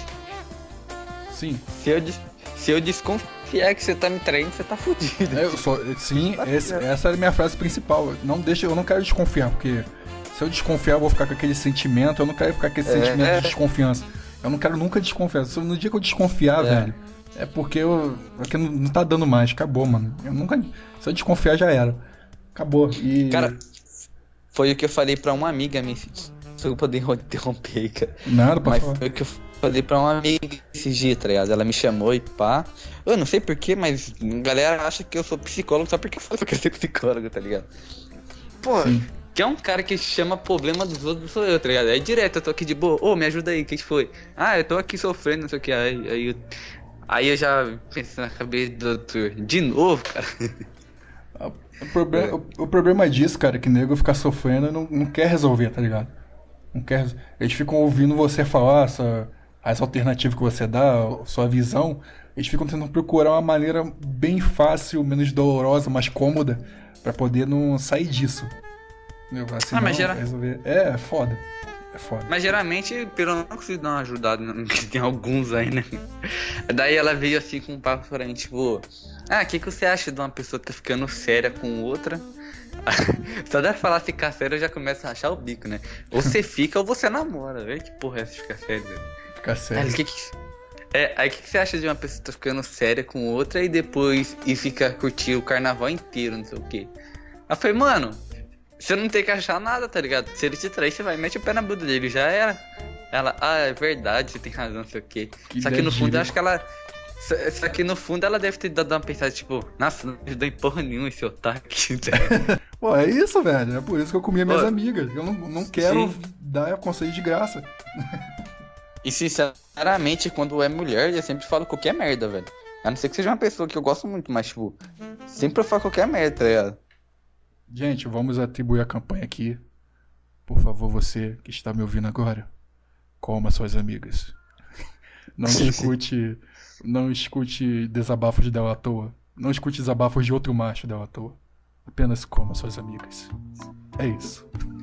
B: Sim. Se eu desconfiar que você tá me traindo, você tá fudido.
A: Essa é a minha frase principal. Eu não quero desconfiar, porque se eu desconfiar, eu vou ficar com aquele sentimento. Eu não quero ficar com esse sentimento de desconfiança. Eu não quero nunca desconfiar. No dia que eu desconfiar, velho, é porque não tá dando mais. Acabou, mano. Se eu desconfiar, já era. Acabou. E...
B: Cara, foi o que eu falei pra uma amiga minha. Desculpa de interromper, cara.
A: Nada, pode falar.
B: Mas foi o que eu falei pra uma amiga esse dia, tá ligado? Ela me chamou e pá. Eu não sei porquê, mas a galera acha que eu sou psicólogo só porque eu falo que eu sou psicólogo, tá ligado? Pô, que é um cara que chama problema dos outros, sou eu, tá ligado? É direto, eu tô aqui de boa. Me ajuda aí, o que foi? Eu tô aqui sofrendo, não sei o que. Aí eu já pensei na cabeça do doutor. De novo, cara.
A: O problema disso, cara, é que nego fica sofrendo e não quer resolver, tá ligado? Não quer. Eles ficam ouvindo você falar as alternativas que você dá, sua visão. Eles ficam tentando procurar uma maneira bem fácil, menos dolorosa, mais cômoda, pra poder não sair disso. Assim,
B: mas
A: resolver. É foda. É foda.
B: Mas geralmente, pelo menos eu consigo dar uma ajudada, tem alguns aí, né? Daí ela veio assim com um papo pra mim, tipo... o que você acha de uma pessoa que tá ficando séria com outra? Só deve falar ficar sério, eu já começo a rachar o bico, né? Ou você fica ou você namora, velho. Que porra é essa de ficar sério?
A: Ficar sério.
B: Aí o que você acha de uma pessoa que tá ficando séria com outra e depois fica curtir o carnaval inteiro, não sei o quê? Aí eu falei, mano, você não tem que achar nada, tá ligado? Se ele te trair, você vai e mete o pé na bunda dele, já era. Ela, é verdade, você tem razão, não sei o quê. Só que no fundo eu acho que ela... Só que no fundo ela deve ter dado uma pensada, tipo, nossa, não ajudou em porra nenhuma esse otário aqui.
A: Pô, é isso, velho. É por isso que eu comia minhas amigas. Eu não quero dar conselho de graça.
B: E sinceramente, quando é mulher, eu sempre falo qualquer merda, velho. A não ser que seja uma pessoa que eu gosto muito, mas, tipo, sempre eu falo qualquer merda, tá ligado?
A: Gente, vamos atribuir a campanha aqui. Por favor, você que está me ouvindo agora, coma suas amigas. Não escute desabafos dela à toa. Não escute desabafos de outro macho dela à toa. Apenas coma suas amigas. É isso.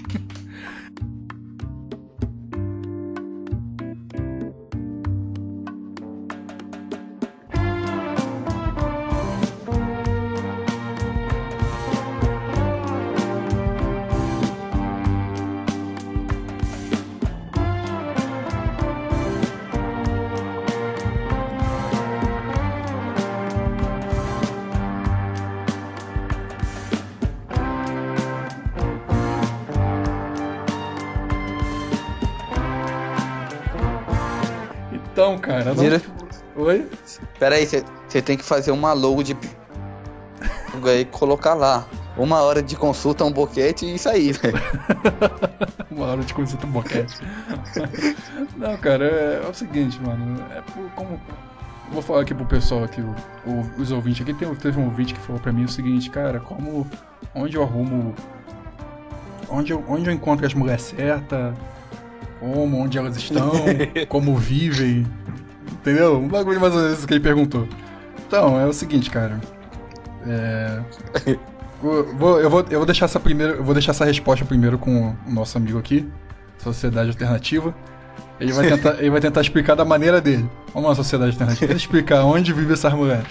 A: Então, cara, Oi?
B: Pera aí, você tem que fazer uma logo de aí colocar lá. 1 hora de consulta, um boquete e isso aí, velho.
A: 1 hora de consulta, um boquete. Não, cara, é o seguinte, mano. Como... Vou falar aqui pro pessoal aqui, os ouvintes aqui. Teve um ouvinte que falou pra mim o seguinte, cara, onde eu arrumo... Onde eu encontro as mulheres certas... onde elas estão, como vivem, entendeu? Um bagulho mais ou menos isso que ele perguntou. Então, é o seguinte, cara. Eu vou deixar essa resposta primeiro com o nosso amigo aqui, Sociedade Alternativa. Ele vai tentar explicar da maneira dele. Vamos lá, Sociedade Alternativa. Tenta explicar onde vive essas mulheres.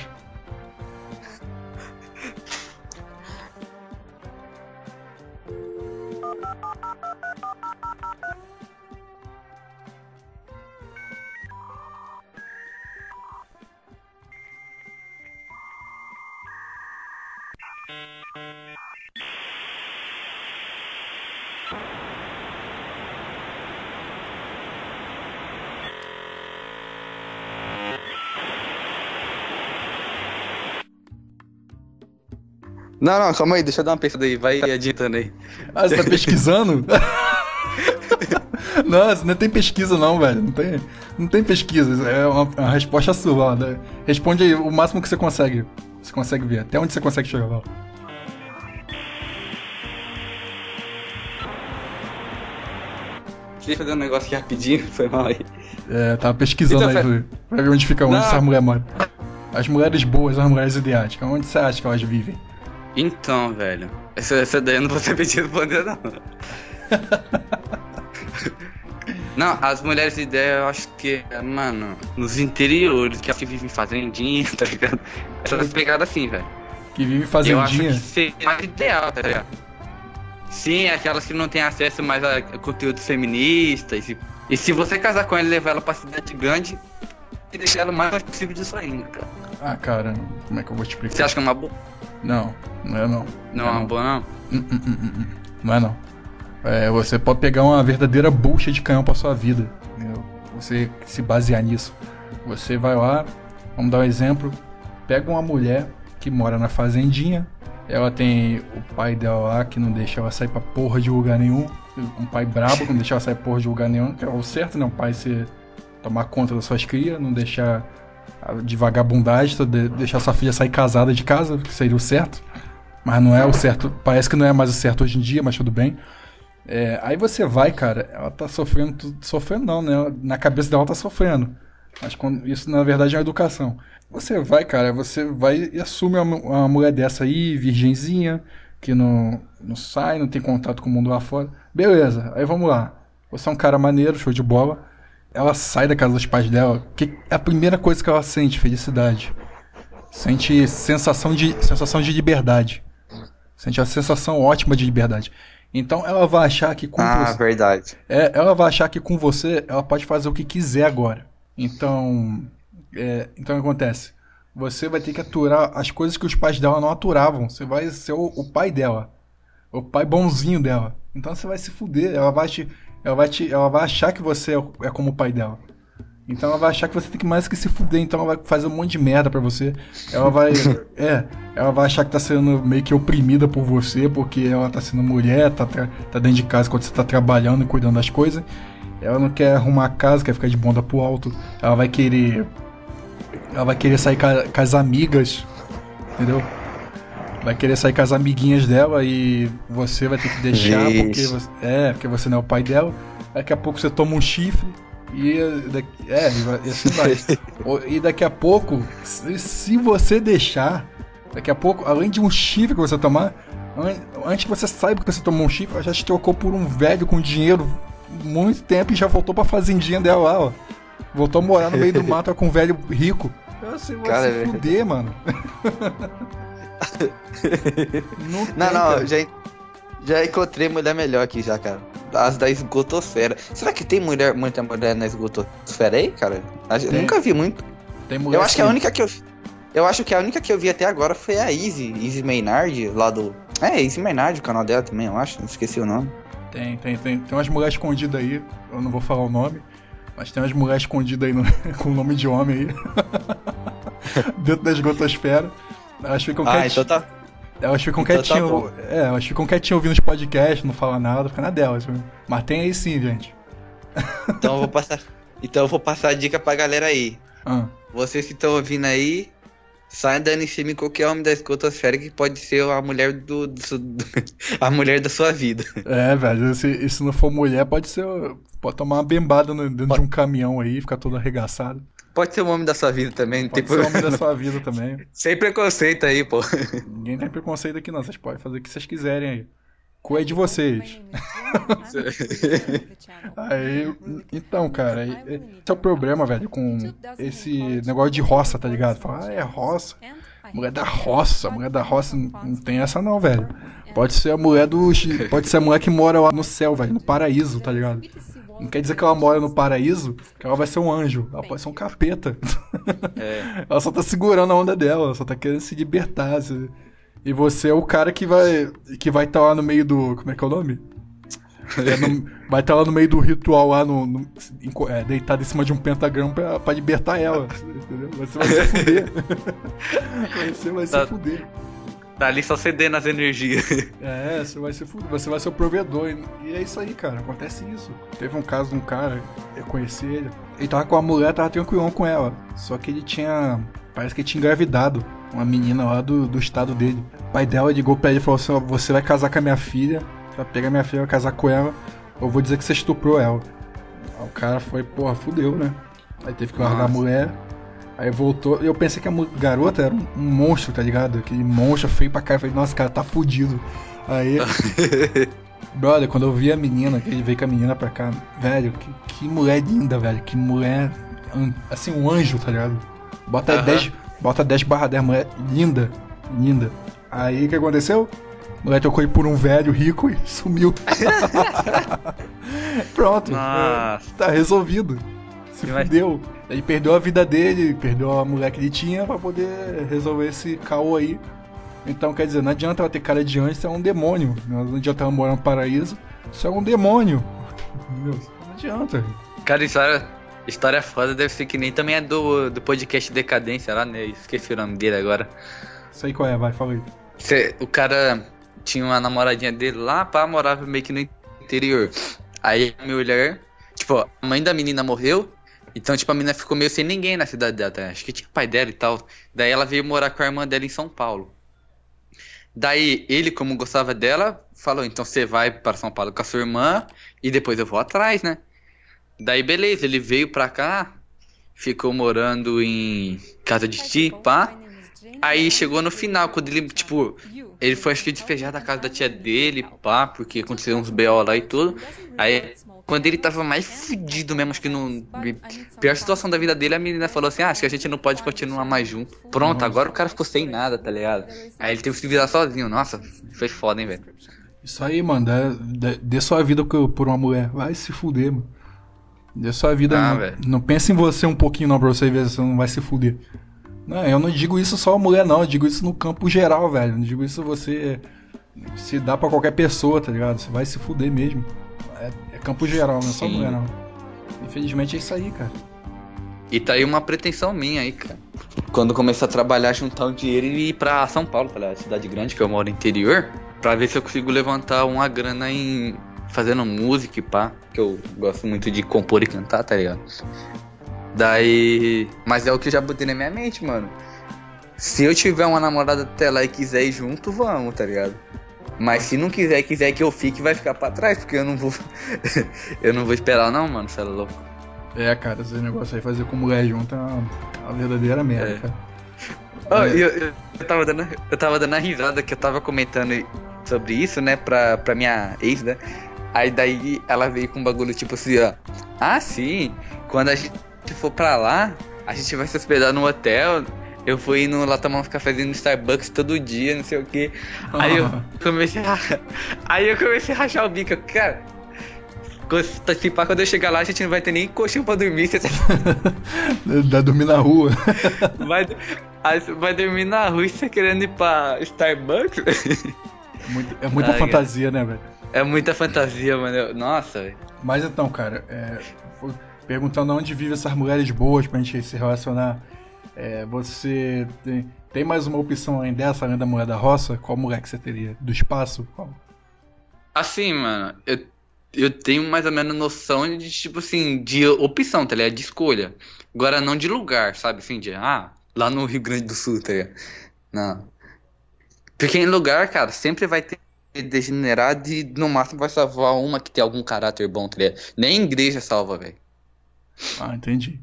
B: Não, calma aí, deixa eu dar uma pensada aí, vai adiantando aí.
A: Você tá pesquisando? Não, não tem pesquisa não, velho. Não tem pesquisa. É uma resposta sua. Ó, né? Responde aí o máximo que você consegue. Você consegue ver. Até onde você consegue chegar lá.
B: Deixa eu fazer um negócio aqui rapidinho, foi mal aí.
A: Tava pesquisando
B: então,
A: aí pra ver onde fica, onde essa mulher mora. As mulheres boas, as mulheres ideáticas. Onde você acha que elas vivem?
B: Então, velho. Essa daí eu não vou saber te responder, não. Não, as mulheres de ideia eu acho que, mano, nos interiores, que vivem em fazendinha, tá ligado? Essas pegadas assim, velho.
A: Que vivem em fazendinha?
B: Eu acho que seria mais ideal, tá ligado? Sim, aquelas que não têm acesso mais a conteúdos feministas. E se você casar com ela e levar ela pra cidade grande, e deixar ela o mais possível disso ainda, cara.
A: Ah, cara, como é que eu vou te explicar?
B: Você acha que é uma boa?
A: Não é não.
B: Não é uma boa, não?
A: Não é não. Você pode pegar uma verdadeira bucha de canhão pra sua vida, entendeu? Você se basear nisso. Você vai lá, vamos dar um exemplo, pega uma mulher que mora na fazendinha, ela tem o pai dela lá que não deixa ela sair pra porra de lugar nenhum, um pai brabo que não deixa ela sair pra porra de lugar nenhum, que é o certo, né? Um pai se tomar conta das suas crias, não deixar de vagabundagem, deixar sua filha sair casada de casa, que seria o certo, mas não é o certo, parece que não é mais o certo hoje em dia, mas tudo bem. Aí você vai, cara, ela tá sofrendo não, né? Na cabeça dela tá sofrendo. Mas isso na verdade é uma educação. Você vai, cara, e assume uma mulher dessa aí, virgenzinha, que não sai, não tem contato com o mundo lá fora. Beleza, aí vamos lá. Você é um cara maneiro, show de bola. Ela sai da casa dos pais dela. Que é a primeira coisa que ela sente? Felicidade. Sente sensação de liberdade. Sente a sensação ótima de liberdade. Então ela vai achar que com você...
B: verdade.
A: Ela vai achar que com você ela pode fazer o que quiser agora. Então o que acontece? Você vai ter que aturar as coisas que os pais dela não aturavam. Você vai ser o pai dela. O pai bonzinho dela. Então você vai se fuder. Ela vai achar que você é como o pai dela. Então ela vai achar que você tem que mais que se fuder. Então ela vai fazer um monte de merda pra você. Ela vai achar que tá sendo meio que oprimida por você, porque ela tá sendo mulher, tá dentro de casa quando você tá trabalhando e cuidando das coisas. Ela não quer arrumar a casa, quer ficar de bunda pro alto. Ela vai querer sair com as amigas, entendeu? Vai querer sair com as amiguinhas dela e você vai ter que deixar porque você não é o pai dela. Daqui a pouco você toma um chifre e assim vai. E daqui a pouco, se você deixar, daqui a pouco, além de um chifre que você tomar, antes que você saiba que você tomou um chifre, ela já te trocou por um velho com dinheiro muito tempo e já voltou pra fazendinha dela lá, ó. Voltou a morar no meio do mato com um velho rico. Você vai se fuder, mano.
B: Não, já encontrei mulher melhor aqui já, cara. As da esgotosfera. Será que tem muita mulher na esgotosfera aí, cara? Eu nunca vi muito.
A: Tem mulher.
B: Eu acho que a única que eu vi até agora foi a Izzy Maynard, lá do... Izzy Maynard, o canal dela também, eu acho. Não esqueci o nome.
A: Tem umas mulheres escondidas aí. Eu não vou falar o nome. Mas tem umas mulheres escondidas aí com o nome de homem aí. Dentro da esgotosfera. Elas ficam quietinhas.
B: Então tá.
A: Elas ficam quietinhas. Elas ficam quietinhas ouvindo os podcasts, não falam nada, fica na delas. Mas tem aí sim, gente.
B: Então eu vou passar a dica pra galera aí. Vocês que estão ouvindo aí, saem dando em cima em qualquer homem da esgotosfera que pode ser a mulher a mulher da sua vida.
A: Velho, se não for mulher, pode tomar uma bembada dentro de um caminhão aí, ficar todo arregaçado.
B: Pode ser o homem da sua vida também.
A: Pode ser o homem da sua vida também.
B: Sem preconceito aí, pô.
A: Ninguém tem preconceito aqui não, vocês podem fazer o que vocês quiserem aí. Cu é de vocês. Então, cara, esse é o problema, velho, com esse negócio de roça, tá ligado? Fala, é roça. Mulher da roça não tem essa não, velho. Pode ser a mulher que mora lá no céu, velho, no paraíso, tá ligado? Não quer dizer que ela mora no paraíso, que ela vai ser um anjo. Ela pode ser um capeta. Ela só tá segurando a onda dela, ela só tá querendo se libertar. E você é o cara que vai tá lá no meio do... Como é que é o nome? Vai estar lá no meio do ritual lá, deitado em cima de um pentagrama pra libertar ela. Entendeu? Você vai se fuder. Você vai se fuder.
B: Tá ali só cedendo as energias.
A: É, você vai ser você vai ser o provedor. E é isso aí, cara. Acontece isso. Teve um caso de um cara, eu conheci ele. Ele tava com a mulher, tava tranquilão com ela. Só que ele tinha. Parece que ele tinha engravidado uma menina lá do estado dele. O pai dela ligou pra ele e falou assim: ó, você vai casar com a minha filha. Você vai pegar minha filha, vai casar com ela. Eu vou dizer que você estuprou ela. Aí o cara foi, porra, fudeu, né? Aí teve que largar a mulher. Aí voltou, eu pensei que a garota era um monstro, tá ligado? Aquele monstro feio pra cá, eu falei, nossa, cara, tá fudido. Aí, brother, quando eu vi a menina, que ele veio com a menina pra cá, velho, que mulher linda, velho, que mulher, assim, um anjo, tá ligado? Bota 10/10, mulher linda, linda. Aí, o que aconteceu? A mulher trocou ele por um velho rico e sumiu. Pronto, tá resolvido. Se fudeu. Ele perdeu a vida dele, perdeu a mulher que ele tinha pra poder resolver esse caô aí. Então, quer dizer, não adianta ela ter cara de anjo, isso é um demônio. Não adianta ela morar no paraíso, isso é um demônio. Meu, não adianta.
B: Cara, história foda deve ser que nem também é do podcast Decadência lá, né? Esqueci o nome dele agora.
A: Isso aí qual é? Vai, fala aí.
B: O cara tinha uma namoradinha dele lá, pá, morava meio que no interior. Aí a minha mulher, tipo, a mãe da menina morreu. Então, tipo, a menina ficou meio sem ninguém na cidade dela, tá? Acho que tinha o pai dela e tal. Daí ela veio morar com a irmã dela em São Paulo. Daí ele, como gostava dela, falou, então você vai para São Paulo com a sua irmã e depois eu vou atrás, né? Daí beleza, ele veio pra cá, ficou morando em casa de tia, pá. Aí chegou no final, quando ele, tipo, ele foi acho que despejar da casa da tia dele, pá, porque aconteceu uns BO lá e tudo. Aí, quando ele tava mais fudido mesmo, acho que no pior situação da vida dele, a menina falou assim, acho que a gente não pode continuar mais junto. Pronto, agora o cara ficou sem nada, tá ligado? Aí ele teve que se virar sozinho, nossa, foi foda, hein, velho.
A: Isso aí, mano, dê sua vida por uma mulher, vai se fuder, mano. Dê sua vida, não pensa em você um pouquinho não, pra você ver se você não vai se fuder. Não, eu não digo isso só a mulher não, eu digo isso no campo geral, velho. Eu não digo isso você se dá pra qualquer pessoa, tá ligado? Você vai se fuder mesmo. É campo geral, não é só mulher não. Infelizmente é isso aí, cara.
B: E tá aí uma pretensão minha aí, cara. Quando começar a trabalhar, juntar um dinheiro e ir pra São Paulo, pra cidade grande, que eu moro no interior, pra ver se eu consigo levantar uma grana em fazendo música e pá, que eu gosto muito de compor e cantar, tá ligado? Daí... Mas é o que eu já botei na minha mente, mano. Se eu tiver uma namorada até lá e quiser ir junto, vamos, tá ligado? Mas se não quiser que eu fique, vai ficar pra trás, porque eu não vou... eu não vou esperar não, mano, você é louco.
A: É, cara, esse negócio aí, fazer com mulher junto é uma verdadeira merda, cara.
B: Oh, eu tava dando a risada que eu tava comentando sobre isso, né, pra minha ex, né? Aí daí ela veio com um bagulho tipo assim, ó. Ah, sim, quando a gente for pra lá, a gente vai se hospedar no hotel. Eu vou indo lá tomar um cafezinho no Starbucks todo dia, não sei o que. Aí eu comecei a rachar o bico, cara. Quando eu chegar lá, a gente não vai ter nem colchão pra dormir.
A: Vai dormir na rua.
B: Vai dormir na rua e você querendo ir pra Starbucks?
A: É muita fantasia, né, velho?
B: É muita fantasia, mano. Nossa, velho.
A: Mas então, cara, perguntando onde vivem essas mulheres boas pra gente se relacionar, você tem mais uma opção além dessa, além da mulher da roça? Qual mulher que você teria? Do espaço? Qual?
B: Assim, mano, eu tenho mais ou menos noção de, tipo assim, de opção, tá ligado? De escolha. Agora não de lugar, sabe? Assim, lá no Rio Grande do Sul, tá ligado? Não. Porque em lugar, cara, sempre vai ter degenerado e no máximo vai salvar uma que tem algum caráter bom, tá ligado? Nem a igreja salva, velho.
A: Ah, entendi.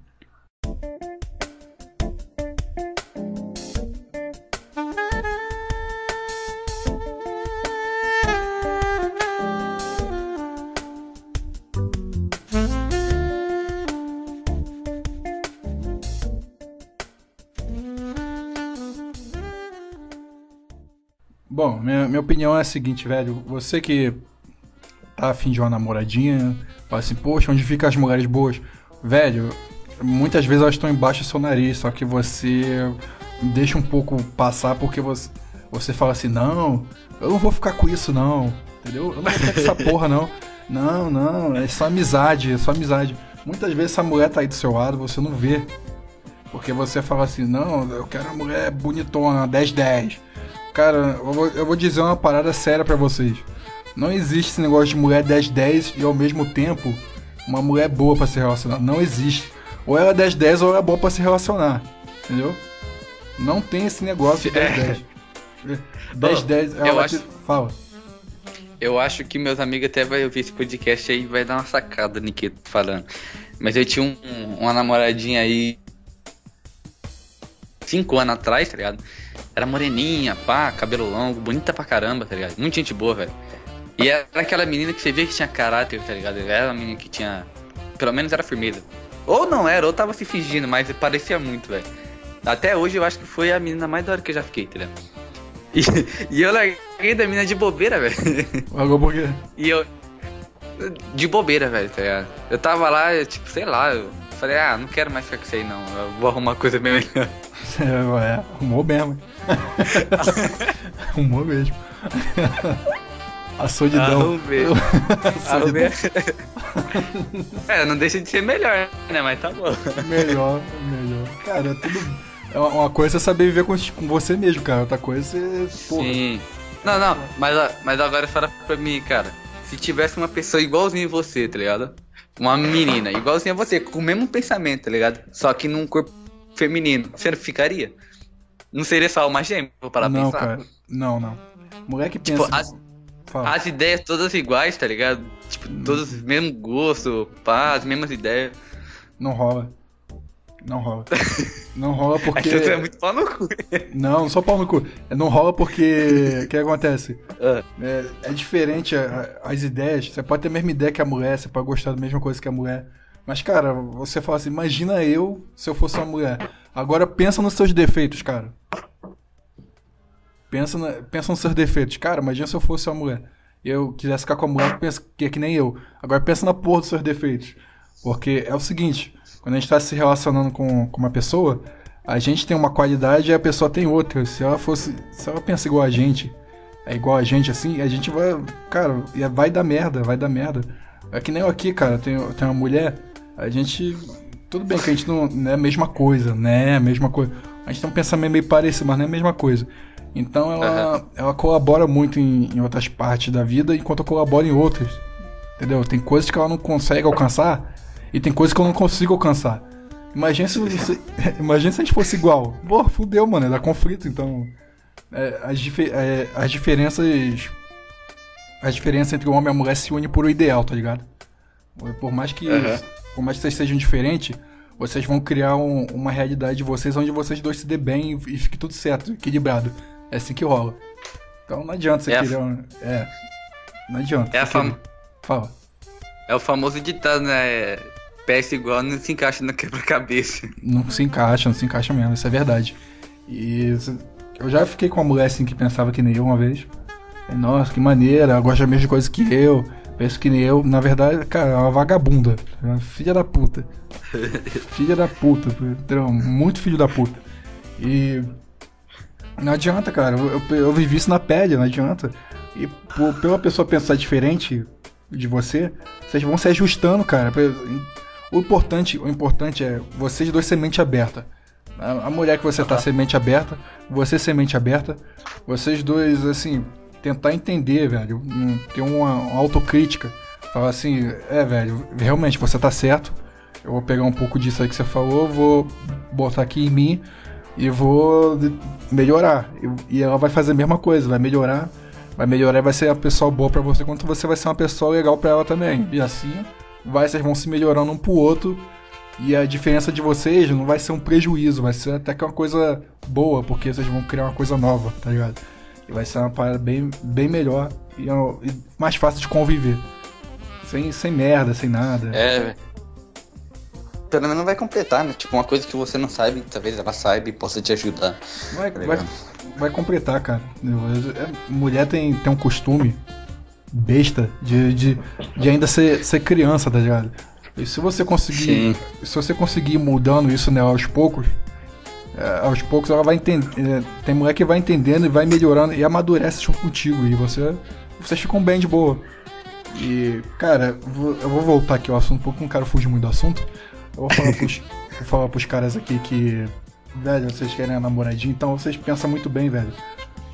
A: Bom, minha opinião é a seguinte, velho. Você que tá afim de uma namoradinha, fala assim, poxa, onde ficam as mulheres boas? Velho, muitas vezes elas estão embaixo do seu nariz, só que você deixa um pouco passar porque você fala assim, não, eu não vou ficar com isso não, entendeu? Eu não vou ficar com essa porra não. Não, é só amizade, Muitas vezes essa mulher tá aí do seu lado, você não vê. Porque você fala assim, não, eu quero uma mulher bonitona, 10-10. Cara, eu vou dizer uma parada séria pra vocês. Não existe esse negócio de mulher 10-10 e ao mesmo tempo uma mulher boa pra se relacionar. Não existe. Ou ela é 10-10 ou ela é boa pra se relacionar. Entendeu? Não tem esse negócio de 10-10. 10-10, ela fala.
B: Eu acho que meus amigos até vão ouvir esse podcast aí e vai dar uma sacada no que eu tô falando. Mas eu tinha uma namoradinha aí 5 anos atrás, tá ligado? Era moreninha, pá, cabelo longo, bonita pra caramba, tá ligado? Muita gente boa, velho. E era aquela menina que você via que tinha caráter, tá ligado? Era uma menina que tinha... Pelo menos era firmeza. Ou não era, ou tava se fingindo, mas parecia muito, velho. Até hoje eu acho que foi a menina mais da hora que eu já fiquei, tá ligado? E eu larguei da menina de bobeira, velho.
A: Largou por quê?
B: E eu... De bobeira, velho, tá ligado? Eu tava lá, tipo, sei lá, eu falei, não quero mais ficar com isso aí, não. Eu vou arrumar coisa bem melhor.
A: Arrumou mesmo. Arrumou mesmo. A solidão.
B: Arrumei. Não deixa de ser melhor, né? Mas tá bom.
A: Melhor. Cara, tudo... Uma coisa é saber viver com você mesmo, cara. Outra coisa é... Porra.
B: Sim. Não. Mas agora fala pra mim, cara. Se tivesse uma pessoa igualzinha a você, tá ligado? Uma menina igualzinha a você, com o mesmo pensamento, tá ligado? Só que num corpo feminino. Você não ficaria? Não seria só uma gêmea? Vou parar pra pensar.
A: Cara. Não. Mulher que pensa...
B: Tipo, as ideias todas iguais, tá ligado? Tipo, todos os mesmos gostos, as mesmas ideias.
A: Não rola. Não rola porque...
B: Você é muito pau no cu.
A: Não sou pau no cu. Não rola porque... O que acontece? É diferente as ideias. Você pode ter a mesma ideia que a mulher, você pode gostar da mesma coisa que a mulher. Mas, cara, você fala assim, imagina eu se eu fosse uma mulher. Agora pensa nos seus defeitos, cara. Pensa nos seus defeitos. Cara, imagina se eu fosse uma mulher. E eu quisesse ficar com a mulher que é que nem eu. Agora pensa na porra dos seus defeitos. Porque é o seguinte... Quando a gente tá se relacionando com uma pessoa, a gente tem uma qualidade e a pessoa tem outra. Se ela pensa igual a gente, é igual a gente assim, a gente vai... Cara, vai dar merda. É que nem eu aqui, cara, tem uma mulher, a gente... Tudo bem que a gente não é a mesma coisa, né? A gente tem um pensamento meio parecido, mas não é a mesma coisa. Então ela colabora muito em outras partes da vida, enquanto eu colaboro em outras. Entendeu? Tem coisas que ela não consegue alcançar e tem coisas que eu não consigo alcançar. Imagina se a gente fosse igual. Pô, fudeu, mano, dá conflito. Então, as diferenças entre o homem e a mulher se unem por o ideal, tá ligado? Por mais que vocês sejam diferentes, vocês vão criar uma realidade de vocês onde vocês dois se dê bem e fique tudo certo, equilibrado. É assim que rola. Então não adianta você querer... Não adianta. Fala.
B: É o famoso ditado, né? Peça igual não se encaixa no quebra-cabeça.
A: Não se encaixa mesmo, isso é verdade. E eu já fiquei com uma mulher assim que pensava que nem eu uma vez. Nossa, que maneira, ela gosta da mesma coisa que eu. Penso que nem eu. Na verdade, cara, é uma vagabunda. Filha da puta. Muito filho da puta. E não adianta, cara. Eu vivi isso na pele, não adianta. E pela pessoa pensar diferente de você, vocês vão se ajustando, cara. O importante é vocês dois ser mente aberta. A mulher que você tá ser mente aberta, você ser mente aberta, vocês dois, assim, tentar entender, velho, ter uma autocrítica. Falar assim, velho, realmente você tá certo, eu vou pegar um pouco disso aí que você falou, vou botar aqui em mim e vou melhorar. E ela vai fazer a mesma coisa, vai melhorar e vai ser a pessoa boa pra você, enquanto você vai ser uma pessoa legal pra ela também. E assim, vocês vão se melhorando um pro outro, e a diferença de vocês não vai ser um prejuízo, vai ser até que uma coisa boa, porque vocês vão criar uma coisa nova, tá ligado? E vai ser uma parada bem, bem melhor e mais fácil de conviver. Sem merda, sem nada.
B: Pelo menos não vai completar, né? Tipo, uma coisa que você não sabe, talvez ela saiba e possa te ajudar.
A: Vai completar, cara. Mulher tem um costume besta de ainda ser criança, tá ligado? E se você conseguir ir mudando isso, né, aos poucos ela vai entender. Tem mulher que vai entendendo e vai melhorando e amadurece junto contigo. E vocês ficam bem de boa. E, cara, eu vou voltar aqui ao assunto, porque não quero fugir muito do assunto. Eu vou falar pros caras aqui que, velho, vocês querem a namoradinha, então vocês pensam muito bem, velho.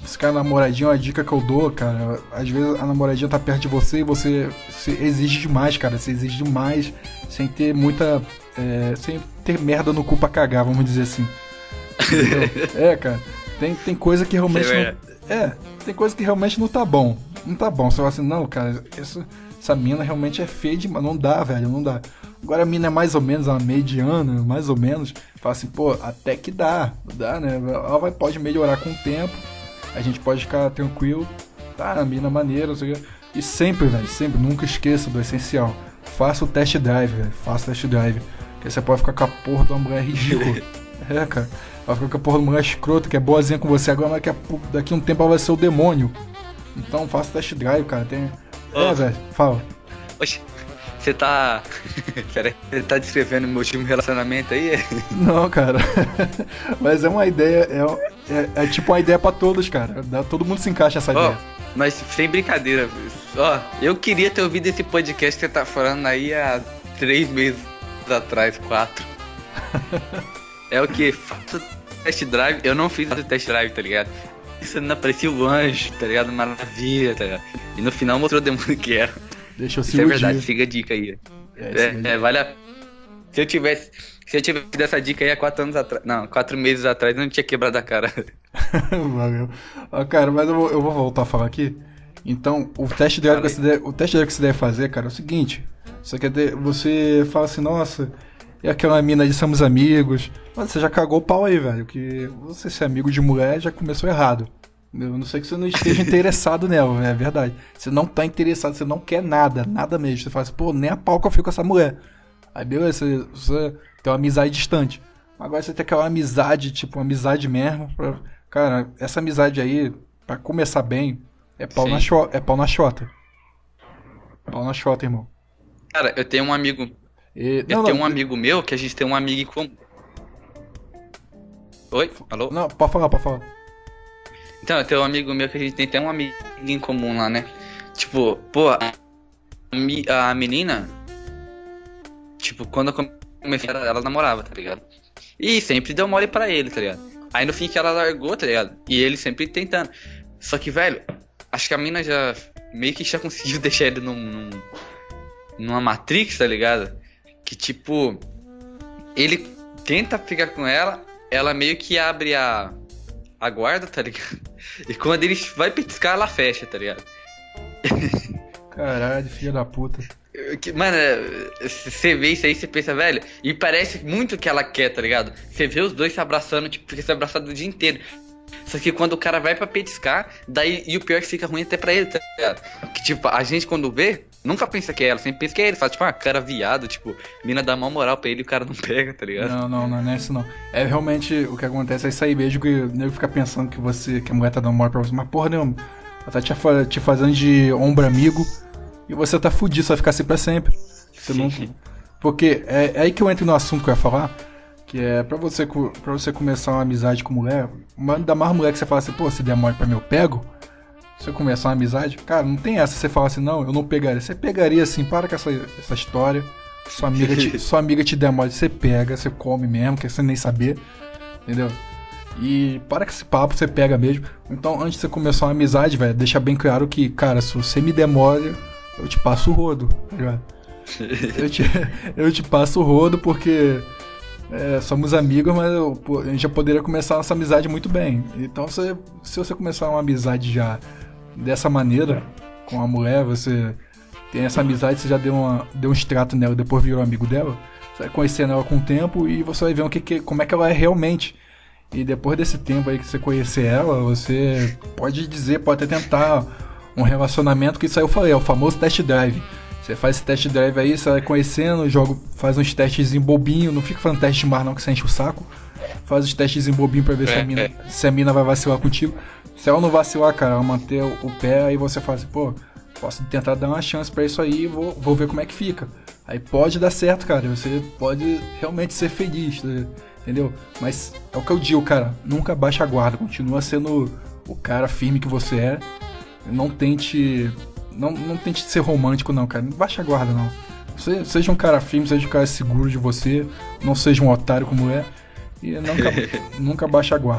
A: você quer namoradinha, uma dica que eu dou, cara, às vezes a namoradinha tá perto de você e você exige demais, cara, você exige demais sem ter muita, sem ter merda no cu pra cagar, vamos dizer assim. Entendeu? Cara, tem coisa que realmente tem coisa que realmente não tá bom, você fala assim, não, cara, essa mina realmente é feia demais, não dá, velho, não dá. Agora a mina é mais ou menos uma mediana, mais ou menos, fala assim, pô, até que dá, né, ela pode melhorar com o tempo. A gente pode ficar tranquilo, tá, a mina maneira, não sei o quê. E sempre, velho, sempre, nunca esqueça do essencial. Faça o test drive, velho, faça o test drive. Porque você pode ficar com a porra de uma mulher ridícula. Cara, vai ficar com a porra de uma mulher escrota, que é boazinha com você agora, mas daqui a um tempo ela vai ser o demônio. Então faça o test drive, cara, velho, fala.
B: Oxi, você tá... Pera aí, você tá descrevendo meu último relacionamento aí?
A: Não, cara. Mas é uma ideia, é tipo uma ideia pra todos, cara. Todo mundo se encaixa nessa ideia.
B: Mas sem brincadeira, eu queria ter ouvido esse podcast que você tá falando aí há 3 meses atrás, 4. É o que? Faço test drive, eu não fiz o test drive, tá ligado? Isso não parecia o anjo, tá ligado? Maravilha, tá ligado? E no final mostrou o demônio que era.
A: Deixa eu se
B: Isso é verdade, fica a dica aí. Vale a... Se eu tivesse dado essa dica aí há 4 anos atrás. Não, 4 meses atrás eu não tinha quebrado a cara.
A: Valeu. Cara, mas eu vou voltar a falar aqui. Então, o test drive que você deve fazer, cara, é o seguinte. Você fala assim, nossa, e aquela mina de somos amigos. Mas você já cagou o pau aí, velho. Que você ser amigo de mulher já começou errado. Eu não sei que você não esteja interessado nela, é verdade. Você não tá interessado, você não quer nada mesmo. Você fala assim, pô, nem a pau que eu fico com essa mulher. Aí beleza, você tem uma amizade distante. Agora você tem aquela amizade, tipo, uma amizade mesmo. Cara, essa amizade aí, pra começar bem, é pau na xota. Pau na xota, irmão.
B: Cara, eu tenho um amigo. Um amigo meu que a gente tem um amigo em comum. Oi? Alô?
A: Não, pode falar.
B: Então, eu tenho um amigo meu que a gente tem até um amigo em comum lá, né? Tipo, pô, a menina, tipo, quando eu comecei, ela namorava, tá ligado? E sempre deu mole pra ele, tá ligado? Aí no fim que ela largou, tá ligado? E ele sempre tentando. Só que, velho, acho que a mina já meio que já conseguiu deixar ele numa Matrix, tá ligado? Que tipo, ele tenta ficar com ela, ela meio que abre a guarda, tá ligado? E quando ele vai petiscar, ela fecha, tá ligado?
A: Caralho, filha da puta.
B: Mano, você vê isso aí, você pensa, velho, e parece muito que ela quer, tá ligado? Você vê os dois se abraçando, tipo, fica se abraçado o dia inteiro. Só que quando o cara vai pra petiscar, daí, e o pior é que fica ruim até pra ele, tá ligado? Que tipo, a gente quando vê, nunca pensa que é ela, sempre pensa que é ele. Fala, tipo, cara viado, tipo, mina dá mal moral pra ele e o cara não pega, tá ligado?
A: Não é isso não. É realmente o que acontece, é isso aí mesmo, que o nego fica pensando que a mulher tá dando moral pra você, mas porra nenhuma. Ela tá te fazendo de ombro amigo e você tá fudido, você vai ficar assim pra sempre. Você não... Porque é aí que eu entro no assunto que eu ia falar, que é pra você começar uma amizade com mulher, ainda mais mulher que você fala assim, pô, se der mole pra mim eu pego. Se eu começar uma amizade, cara, não tem essa, você fala assim, não, eu não pegaria. Você pegaria assim, para com essa história. Sua amiga te der mole, você pega, você come mesmo, quer você nem saber, entendeu? E para com esse papo, você pega mesmo. Então, antes de você começar uma amizade, velho, deixa bem claro que, cara, se você me der mole, eu te passo o rodo, tá ligado? eu te passo o rodo porque somos amigos, mas a gente já poderia começar nossa amizade muito bem. Então, se você começar uma amizade já dessa maneira, com a mulher, você tem essa amizade, você já deu um extrato nela, depois virou amigo dela, você vai conhecendo ela com o tempo e você vai ver como é que ela é realmente. E depois desse tempo aí que você conhecer ela, você pode até tentar um relacionamento, que isso aí eu falei, é o famoso test drive. Você faz esse test drive aí, você vai conhecendo, faz uns testes bobinho, não fica fazendo teste de mar não, que você enche o saco. Faz os testes bobinho pra ver se a mina vai vacilar contigo. Se ela não vacilar, cara, ela manter o pé, aí você fala assim, pô, posso tentar dar uma chance pra isso aí e vou ver como é que fica. Aí pode dar certo, cara, você pode realmente ser feliz, entendeu? Mas é o que eu digo, cara, nunca baixa a guarda, continua sendo o cara firme que você é. Não tente ser romântico não, cara, não baixa a guarda não. Seja um cara firme, seja um cara seguro de você, não seja um otário como é. E nunca baixa a guarda.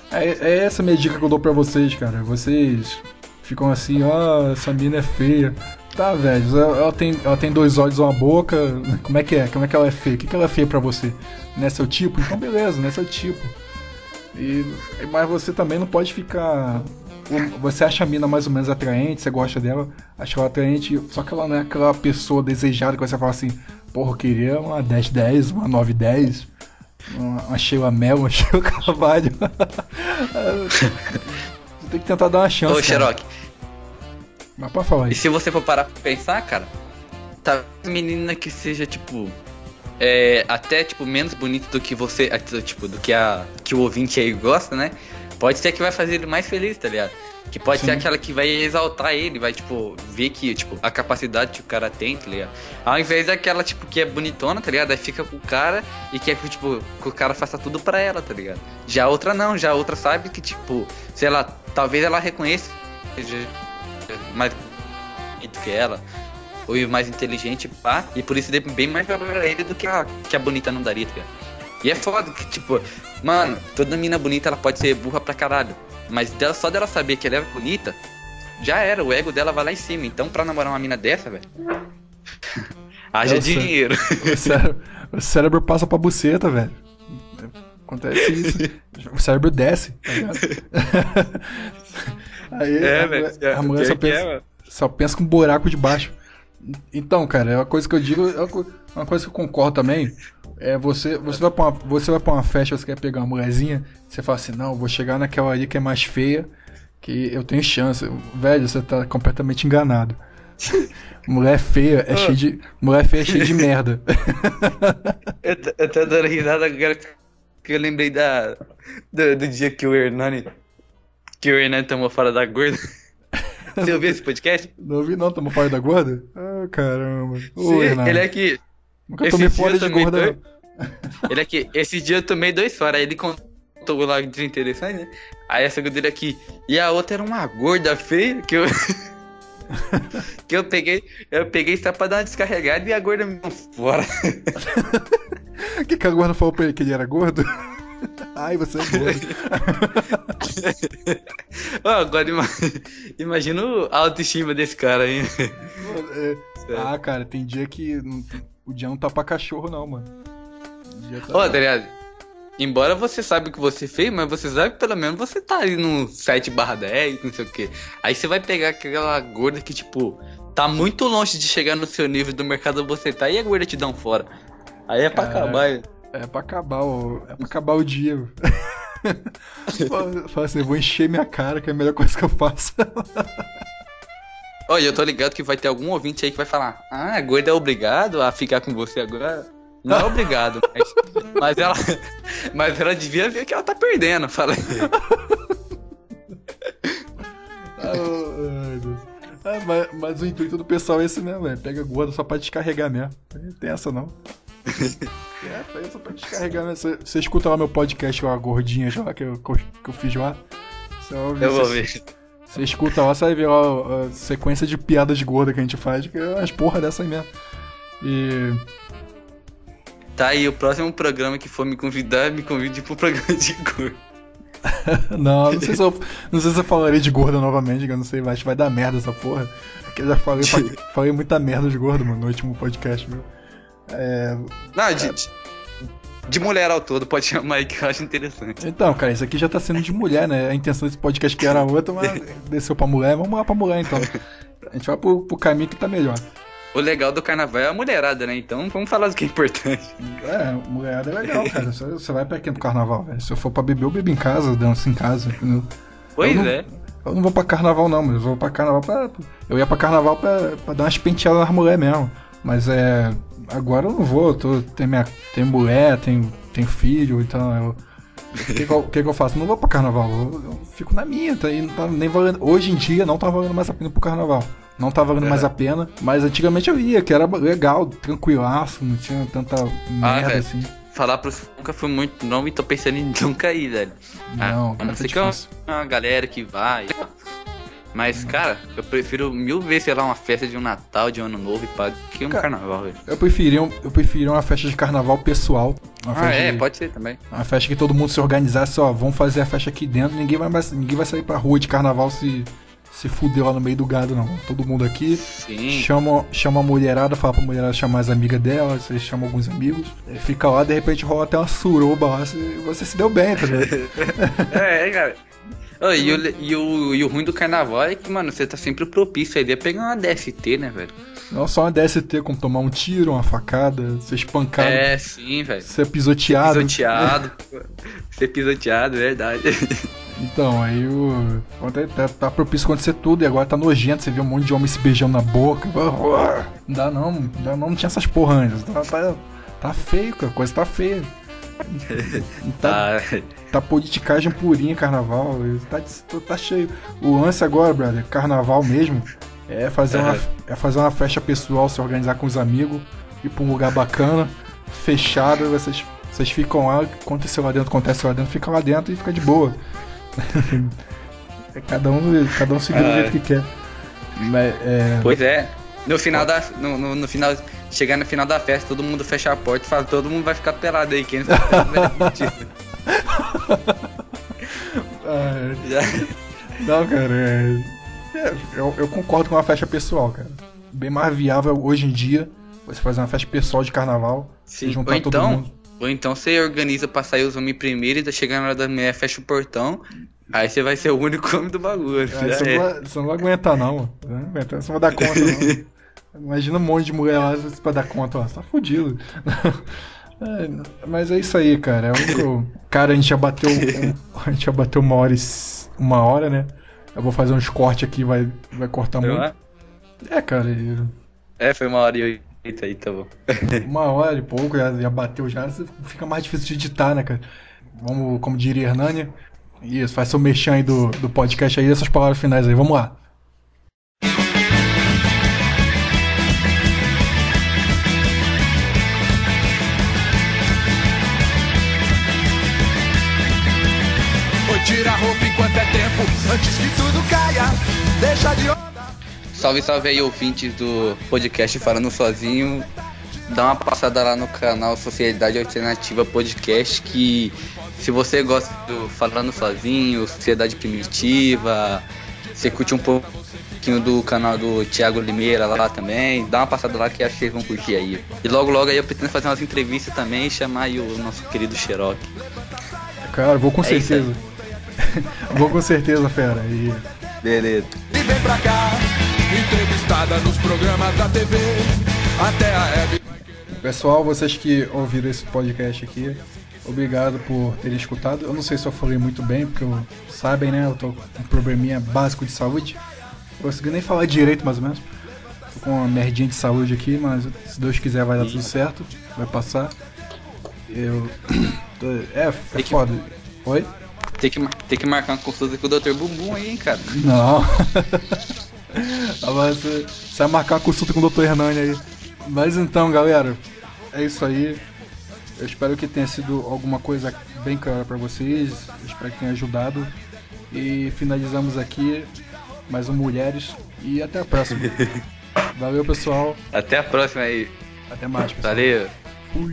A: É essa a minha dica que eu dou pra vocês, cara. Vocês ficam assim, essa mina é feia. Tá, velho, ela tem 2 olhos e uma boca. Como é que é? Como é que ela é feia? O que ela é feia pra você? Não é seu tipo? Então beleza, não é seu tipo. Mas você também não pode ficar... Você acha a mina mais ou menos atraente, você gosta dela, acha ela atraente, só que ela não é aquela pessoa desejada que você fala assim, porra, eu queria uma 10-10, uma 9-10, uma Sheila Mello, uma Sheila Carvalho. Você tem que tentar dar uma chance.
B: Ô, Xerox.
A: Mas pode falar aí.
B: E se você for parar pra pensar, cara, tá menina que seja, tipo, até, tipo, menos bonita do que você, tipo, do que o ouvinte aí gosta, né? Pode ser que vai fazer ele mais feliz, tá ligado? Que pode ser aquela que vai exaltar ele, vai, tipo, ver que, tipo, a capacidade que o cara tem, tá ligado? Ao invés daquela, tipo, que é bonitona, tá ligado? Aí fica com o cara e quer que, tipo, que o cara faça tudo pra ela, tá ligado? Já a outra não, já a outra sabe que, tipo, sei lá, talvez ela reconheça mais bonito que ela, ou mais inteligente, pá, e por isso dê bem mais valor a ele do que a bonita não daria, tá ligado? E é foda que, tipo, mano, toda mina bonita ela pode ser burra pra caralho, mas só dela saber que ela é bonita, já era, o ego dela vai lá em cima. Então pra namorar uma mina dessa, velho, haja dinheiro.
A: O cérebro passa pra buceta, velho. Acontece isso. O cérebro desce, tá ligado? Aí a mulher só pensa com um buraco de baixo. Então, cara, é uma coisa que eu digo, uma coisa que eu concordo também. Você vai pra uma festa, você quer pegar uma mulherzinha, você fala assim, não, eu vou chegar naquela ali que é mais feia, que eu tenho chance. Velho, você tá completamente enganado. Mulher feia é cheia de merda.
B: Eu tô dando risada agora que eu lembrei do dia que o Hernani tomou fora da gorda. Você ouviu esse podcast?
A: Não ouvi não, tomou fora da gorda? Ah, caramba.
B: Sim, ele é que...
A: Nunca tomei fora de gorda, não.
B: Ele é que, esse dia eu tomei 2 fora, aí ele contou lá de interessante, né? Aí essa gorda aqui, e a outra era uma gorda feia, que eu peguei só pra dar uma descarregada e a gorda me deu fora.
A: O que a gorda falou pra ele, que ele era gordo? Ai, você é gordo.
B: Agora imagina a autoestima desse cara aí.
A: Cara, tem dia que o dia não tá pra cachorro não, mano.
B: Tá ligado? Embora você saiba que você fez, mas você sabe que pelo menos você tá ali no 7/10, não sei o que. Aí você vai pegar aquela gorda que, tipo, tá muito longe de chegar no seu nível do mercado que você tá, e a gorda te dá um fora. Aí é pra acabar.
A: É pra acabar o dia. Fala assim, eu vou encher minha cara, que é a melhor coisa que eu faço.
B: Olha, eu tô ligado que vai ter algum ouvinte aí que vai falar, a gorda é obrigado a ficar com você agora? Não é obrigado, mas ela devia ver que ela tá perdendo, fala aí.
A: Mas o intuito do pessoal é esse mesmo, velho. Pega gorda só pra descarregar mesmo. Não tem essa não. Pega só pra descarregar mesmo. Você escuta lá meu podcast lá, Gordinhas lá, que eu fiz lá.
B: Eu vou ver.
A: Você escuta lá, você vai ver lá a sequência de piadas de gorda que a gente faz, que é umas porra dessa aí mesmo. E...
B: Tá aí, o próximo programa que for me convidar, me convide pro programa de gorda.
A: Não sei se eu falarei de gorda novamente, eu não sei, acho que vai dar merda essa porra. Porque eu já falei muita merda de gordo, mano, no último podcast, meu.
B: De mulher ao todo, pode chamar aí que eu acho interessante.
A: Então, cara, isso aqui já tá sendo de mulher, né? A intenção desse podcast que era outra, mas desceu pra mulher, vamos lá pra mulher então. A gente vai pro caminho que tá melhor.
B: O legal do carnaval é a mulherada, né? Então vamos falar do que é importante.
A: Mulherada é legal, cara. Você vai pra quem pro carnaval, velho? Se eu for pra beber, eu bebo em casa, danço em casa, entendeu? Eu não vou pra carnaval não, mas eu vou pra carnaval eu ia pra carnaval pra dar umas penteadas nas mulheres mesmo. Mas agora eu não vou, tenho mulher, tenho filho, então o que eu faço? Não vou pra carnaval, eu fico na minha, tá aí, não tá nem valendo. Hoje em dia não tá valendo mais a pena pro carnaval. Não tá valendo mais a pena, mas antigamente eu ia, que era legal, tranquilaço, não tinha tanta merda assim.
B: Falar pros nunca fui muito novo e tô pensando em nunca ir, velho.
A: Não,
B: a não ser que é uma galera que vai. Mas, cara, eu prefiro 1000 vezes, sei lá, uma festa de um Natal, de um Ano Novo e pá, que um carnaval, velho.
A: Eu preferia uma festa de carnaval pessoal.
B: Pode ser também.
A: Uma festa que todo mundo se organizasse, ó, vamos fazer a festa aqui dentro, ninguém vai sair pra rua de carnaval se fudeu lá no meio do gado, não. Todo mundo aqui.
B: Sim.
A: Chama a mulherada, fala pra mulherada chamar as amigas dela, vocês chamam alguns amigos. Fica lá, de repente rola até uma suruba lá, você se deu bem, tá ligado?
B: Cara. E o ruim do carnaval é que, mano, você tá sempre propício aí a pegar uma DST, né, velho?
A: Não só uma DST, como tomar um tiro, uma facada, ser espancado.
B: Sim, velho.
A: Ser pisoteado.
B: Ser pisoteado, verdade.
A: Então, aí tá propício acontecer tudo e agora tá nojento, você vê um monte de homem se beijando na boca. Não dá não tinha essas porra antes. Tá feio, cara, a coisa tá feia. Tá politicagem purinha, carnaval, tá cheio. O lance agora, brother, carnaval mesmo, é fazer uma festa pessoal, se organizar com os amigos, ir pra um lugar bacana, fechado, vocês ficam lá, acontece lá dentro, fica lá dentro e fica de boa. Cada um seguindo do jeito que quer.
B: Pois é. No final chegar no final da festa, todo mundo fecha a porta e fala, todo mundo vai ficar pelado aí, quem não sabe vai mentir.
A: Não, cara, eu concordo com uma festa pessoal, cara. Bem mais viável hoje em dia você fazer uma festa pessoal de carnaval.
B: Sim,
A: juntar todo mundo.
B: Ou então você organiza pra sair os homens primeiro e chegar na hora da mulher, fecha o portão. Aí você vai ser o único homem do bagulho.
A: Você não vai aguentar, não. Você não vai dar conta, não. Imagina um monte de mulher lá pra dar conta, ó. Você tá fudido. Mas é isso aí, cara. Cara, a gente já bateu uma hora, né? Eu vou fazer uns cortes aqui, vai cortar muito. Cara.
B: Foi 1h08 aí, tá bom.
A: 1h e pouco, já bateu já. Fica mais difícil de editar, né, cara? Vamos, como diria Hernani. Isso, faz seu merchan aí do podcast aí, essas palavras finais aí, vamos lá.
C: Tira a roupa enquanto é tempo, antes que tudo caia, deixa de onda.
B: Salve aí, ouvintes do podcast Falando Sozinho. Dá uma passada lá no canal Sociedade Alternativa Podcast, que se você gosta do Falando Sozinho, Sociedade Primitiva, você curte um pouquinho do canal do Thiago Limeira lá também, dá uma passada lá que acho que vocês vão curtir aí. E logo aí eu pretendo fazer umas entrevistas também e chamar aí o nosso querido Xerox.
A: Cara, vou com certeza. Vou com certeza, fera.
B: Beleza.
C: E vem pra cá, entrevistada nos programas da TV, até a Hebe.
A: Pessoal, vocês que ouviram esse podcast aqui, obrigado por terem escutado. Eu não sei se eu falei muito bem, porque sabem, né? Eu tô com um probleminha básico de saúde. Não consegui nem falar direito, mais ou menos. Tô com uma merdinha de saúde aqui, mas se Deus quiser vai dar tudo certo. Vai passar. É foda. Oi?
B: Tem que marcar uma consulta com o Dr. Bumbum aí, hein, cara.
A: Não. Você vai marcar uma consulta com o Dr. Hernani aí. Mas então, galera, é isso aí. Eu espero que tenha sido alguma coisa bem clara pra vocês. Eu espero que tenha ajudado. E finalizamos aqui mais um Mulheres. E até a próxima. Valeu, pessoal.
B: Até a próxima aí.
A: Até mais, pessoal.
B: Valeu.
A: Fui.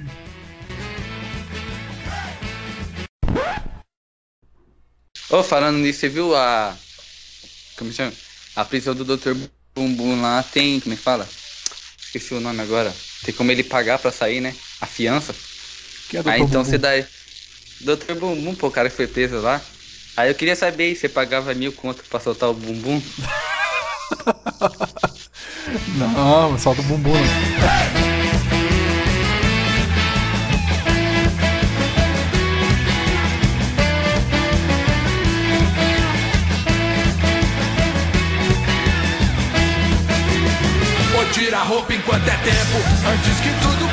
B: Falando nisso, você viu como chama? A prisão do Dr. Bumbum lá tem, como é que fala? Esqueci o nome agora. Tem como ele pagar pra sair, né? A fiança.
A: Que é Dr.
B: Aí então
A: Bumbum?
B: você dá... Dr. Bumbum, pô, o cara que foi preso lá. Aí eu queria saber, você pagava 1.000 conto pra soltar o bumbum?
A: Não, solta o bumbum. Não.
C: Tira a roupa enquanto é tempo, antes que tudo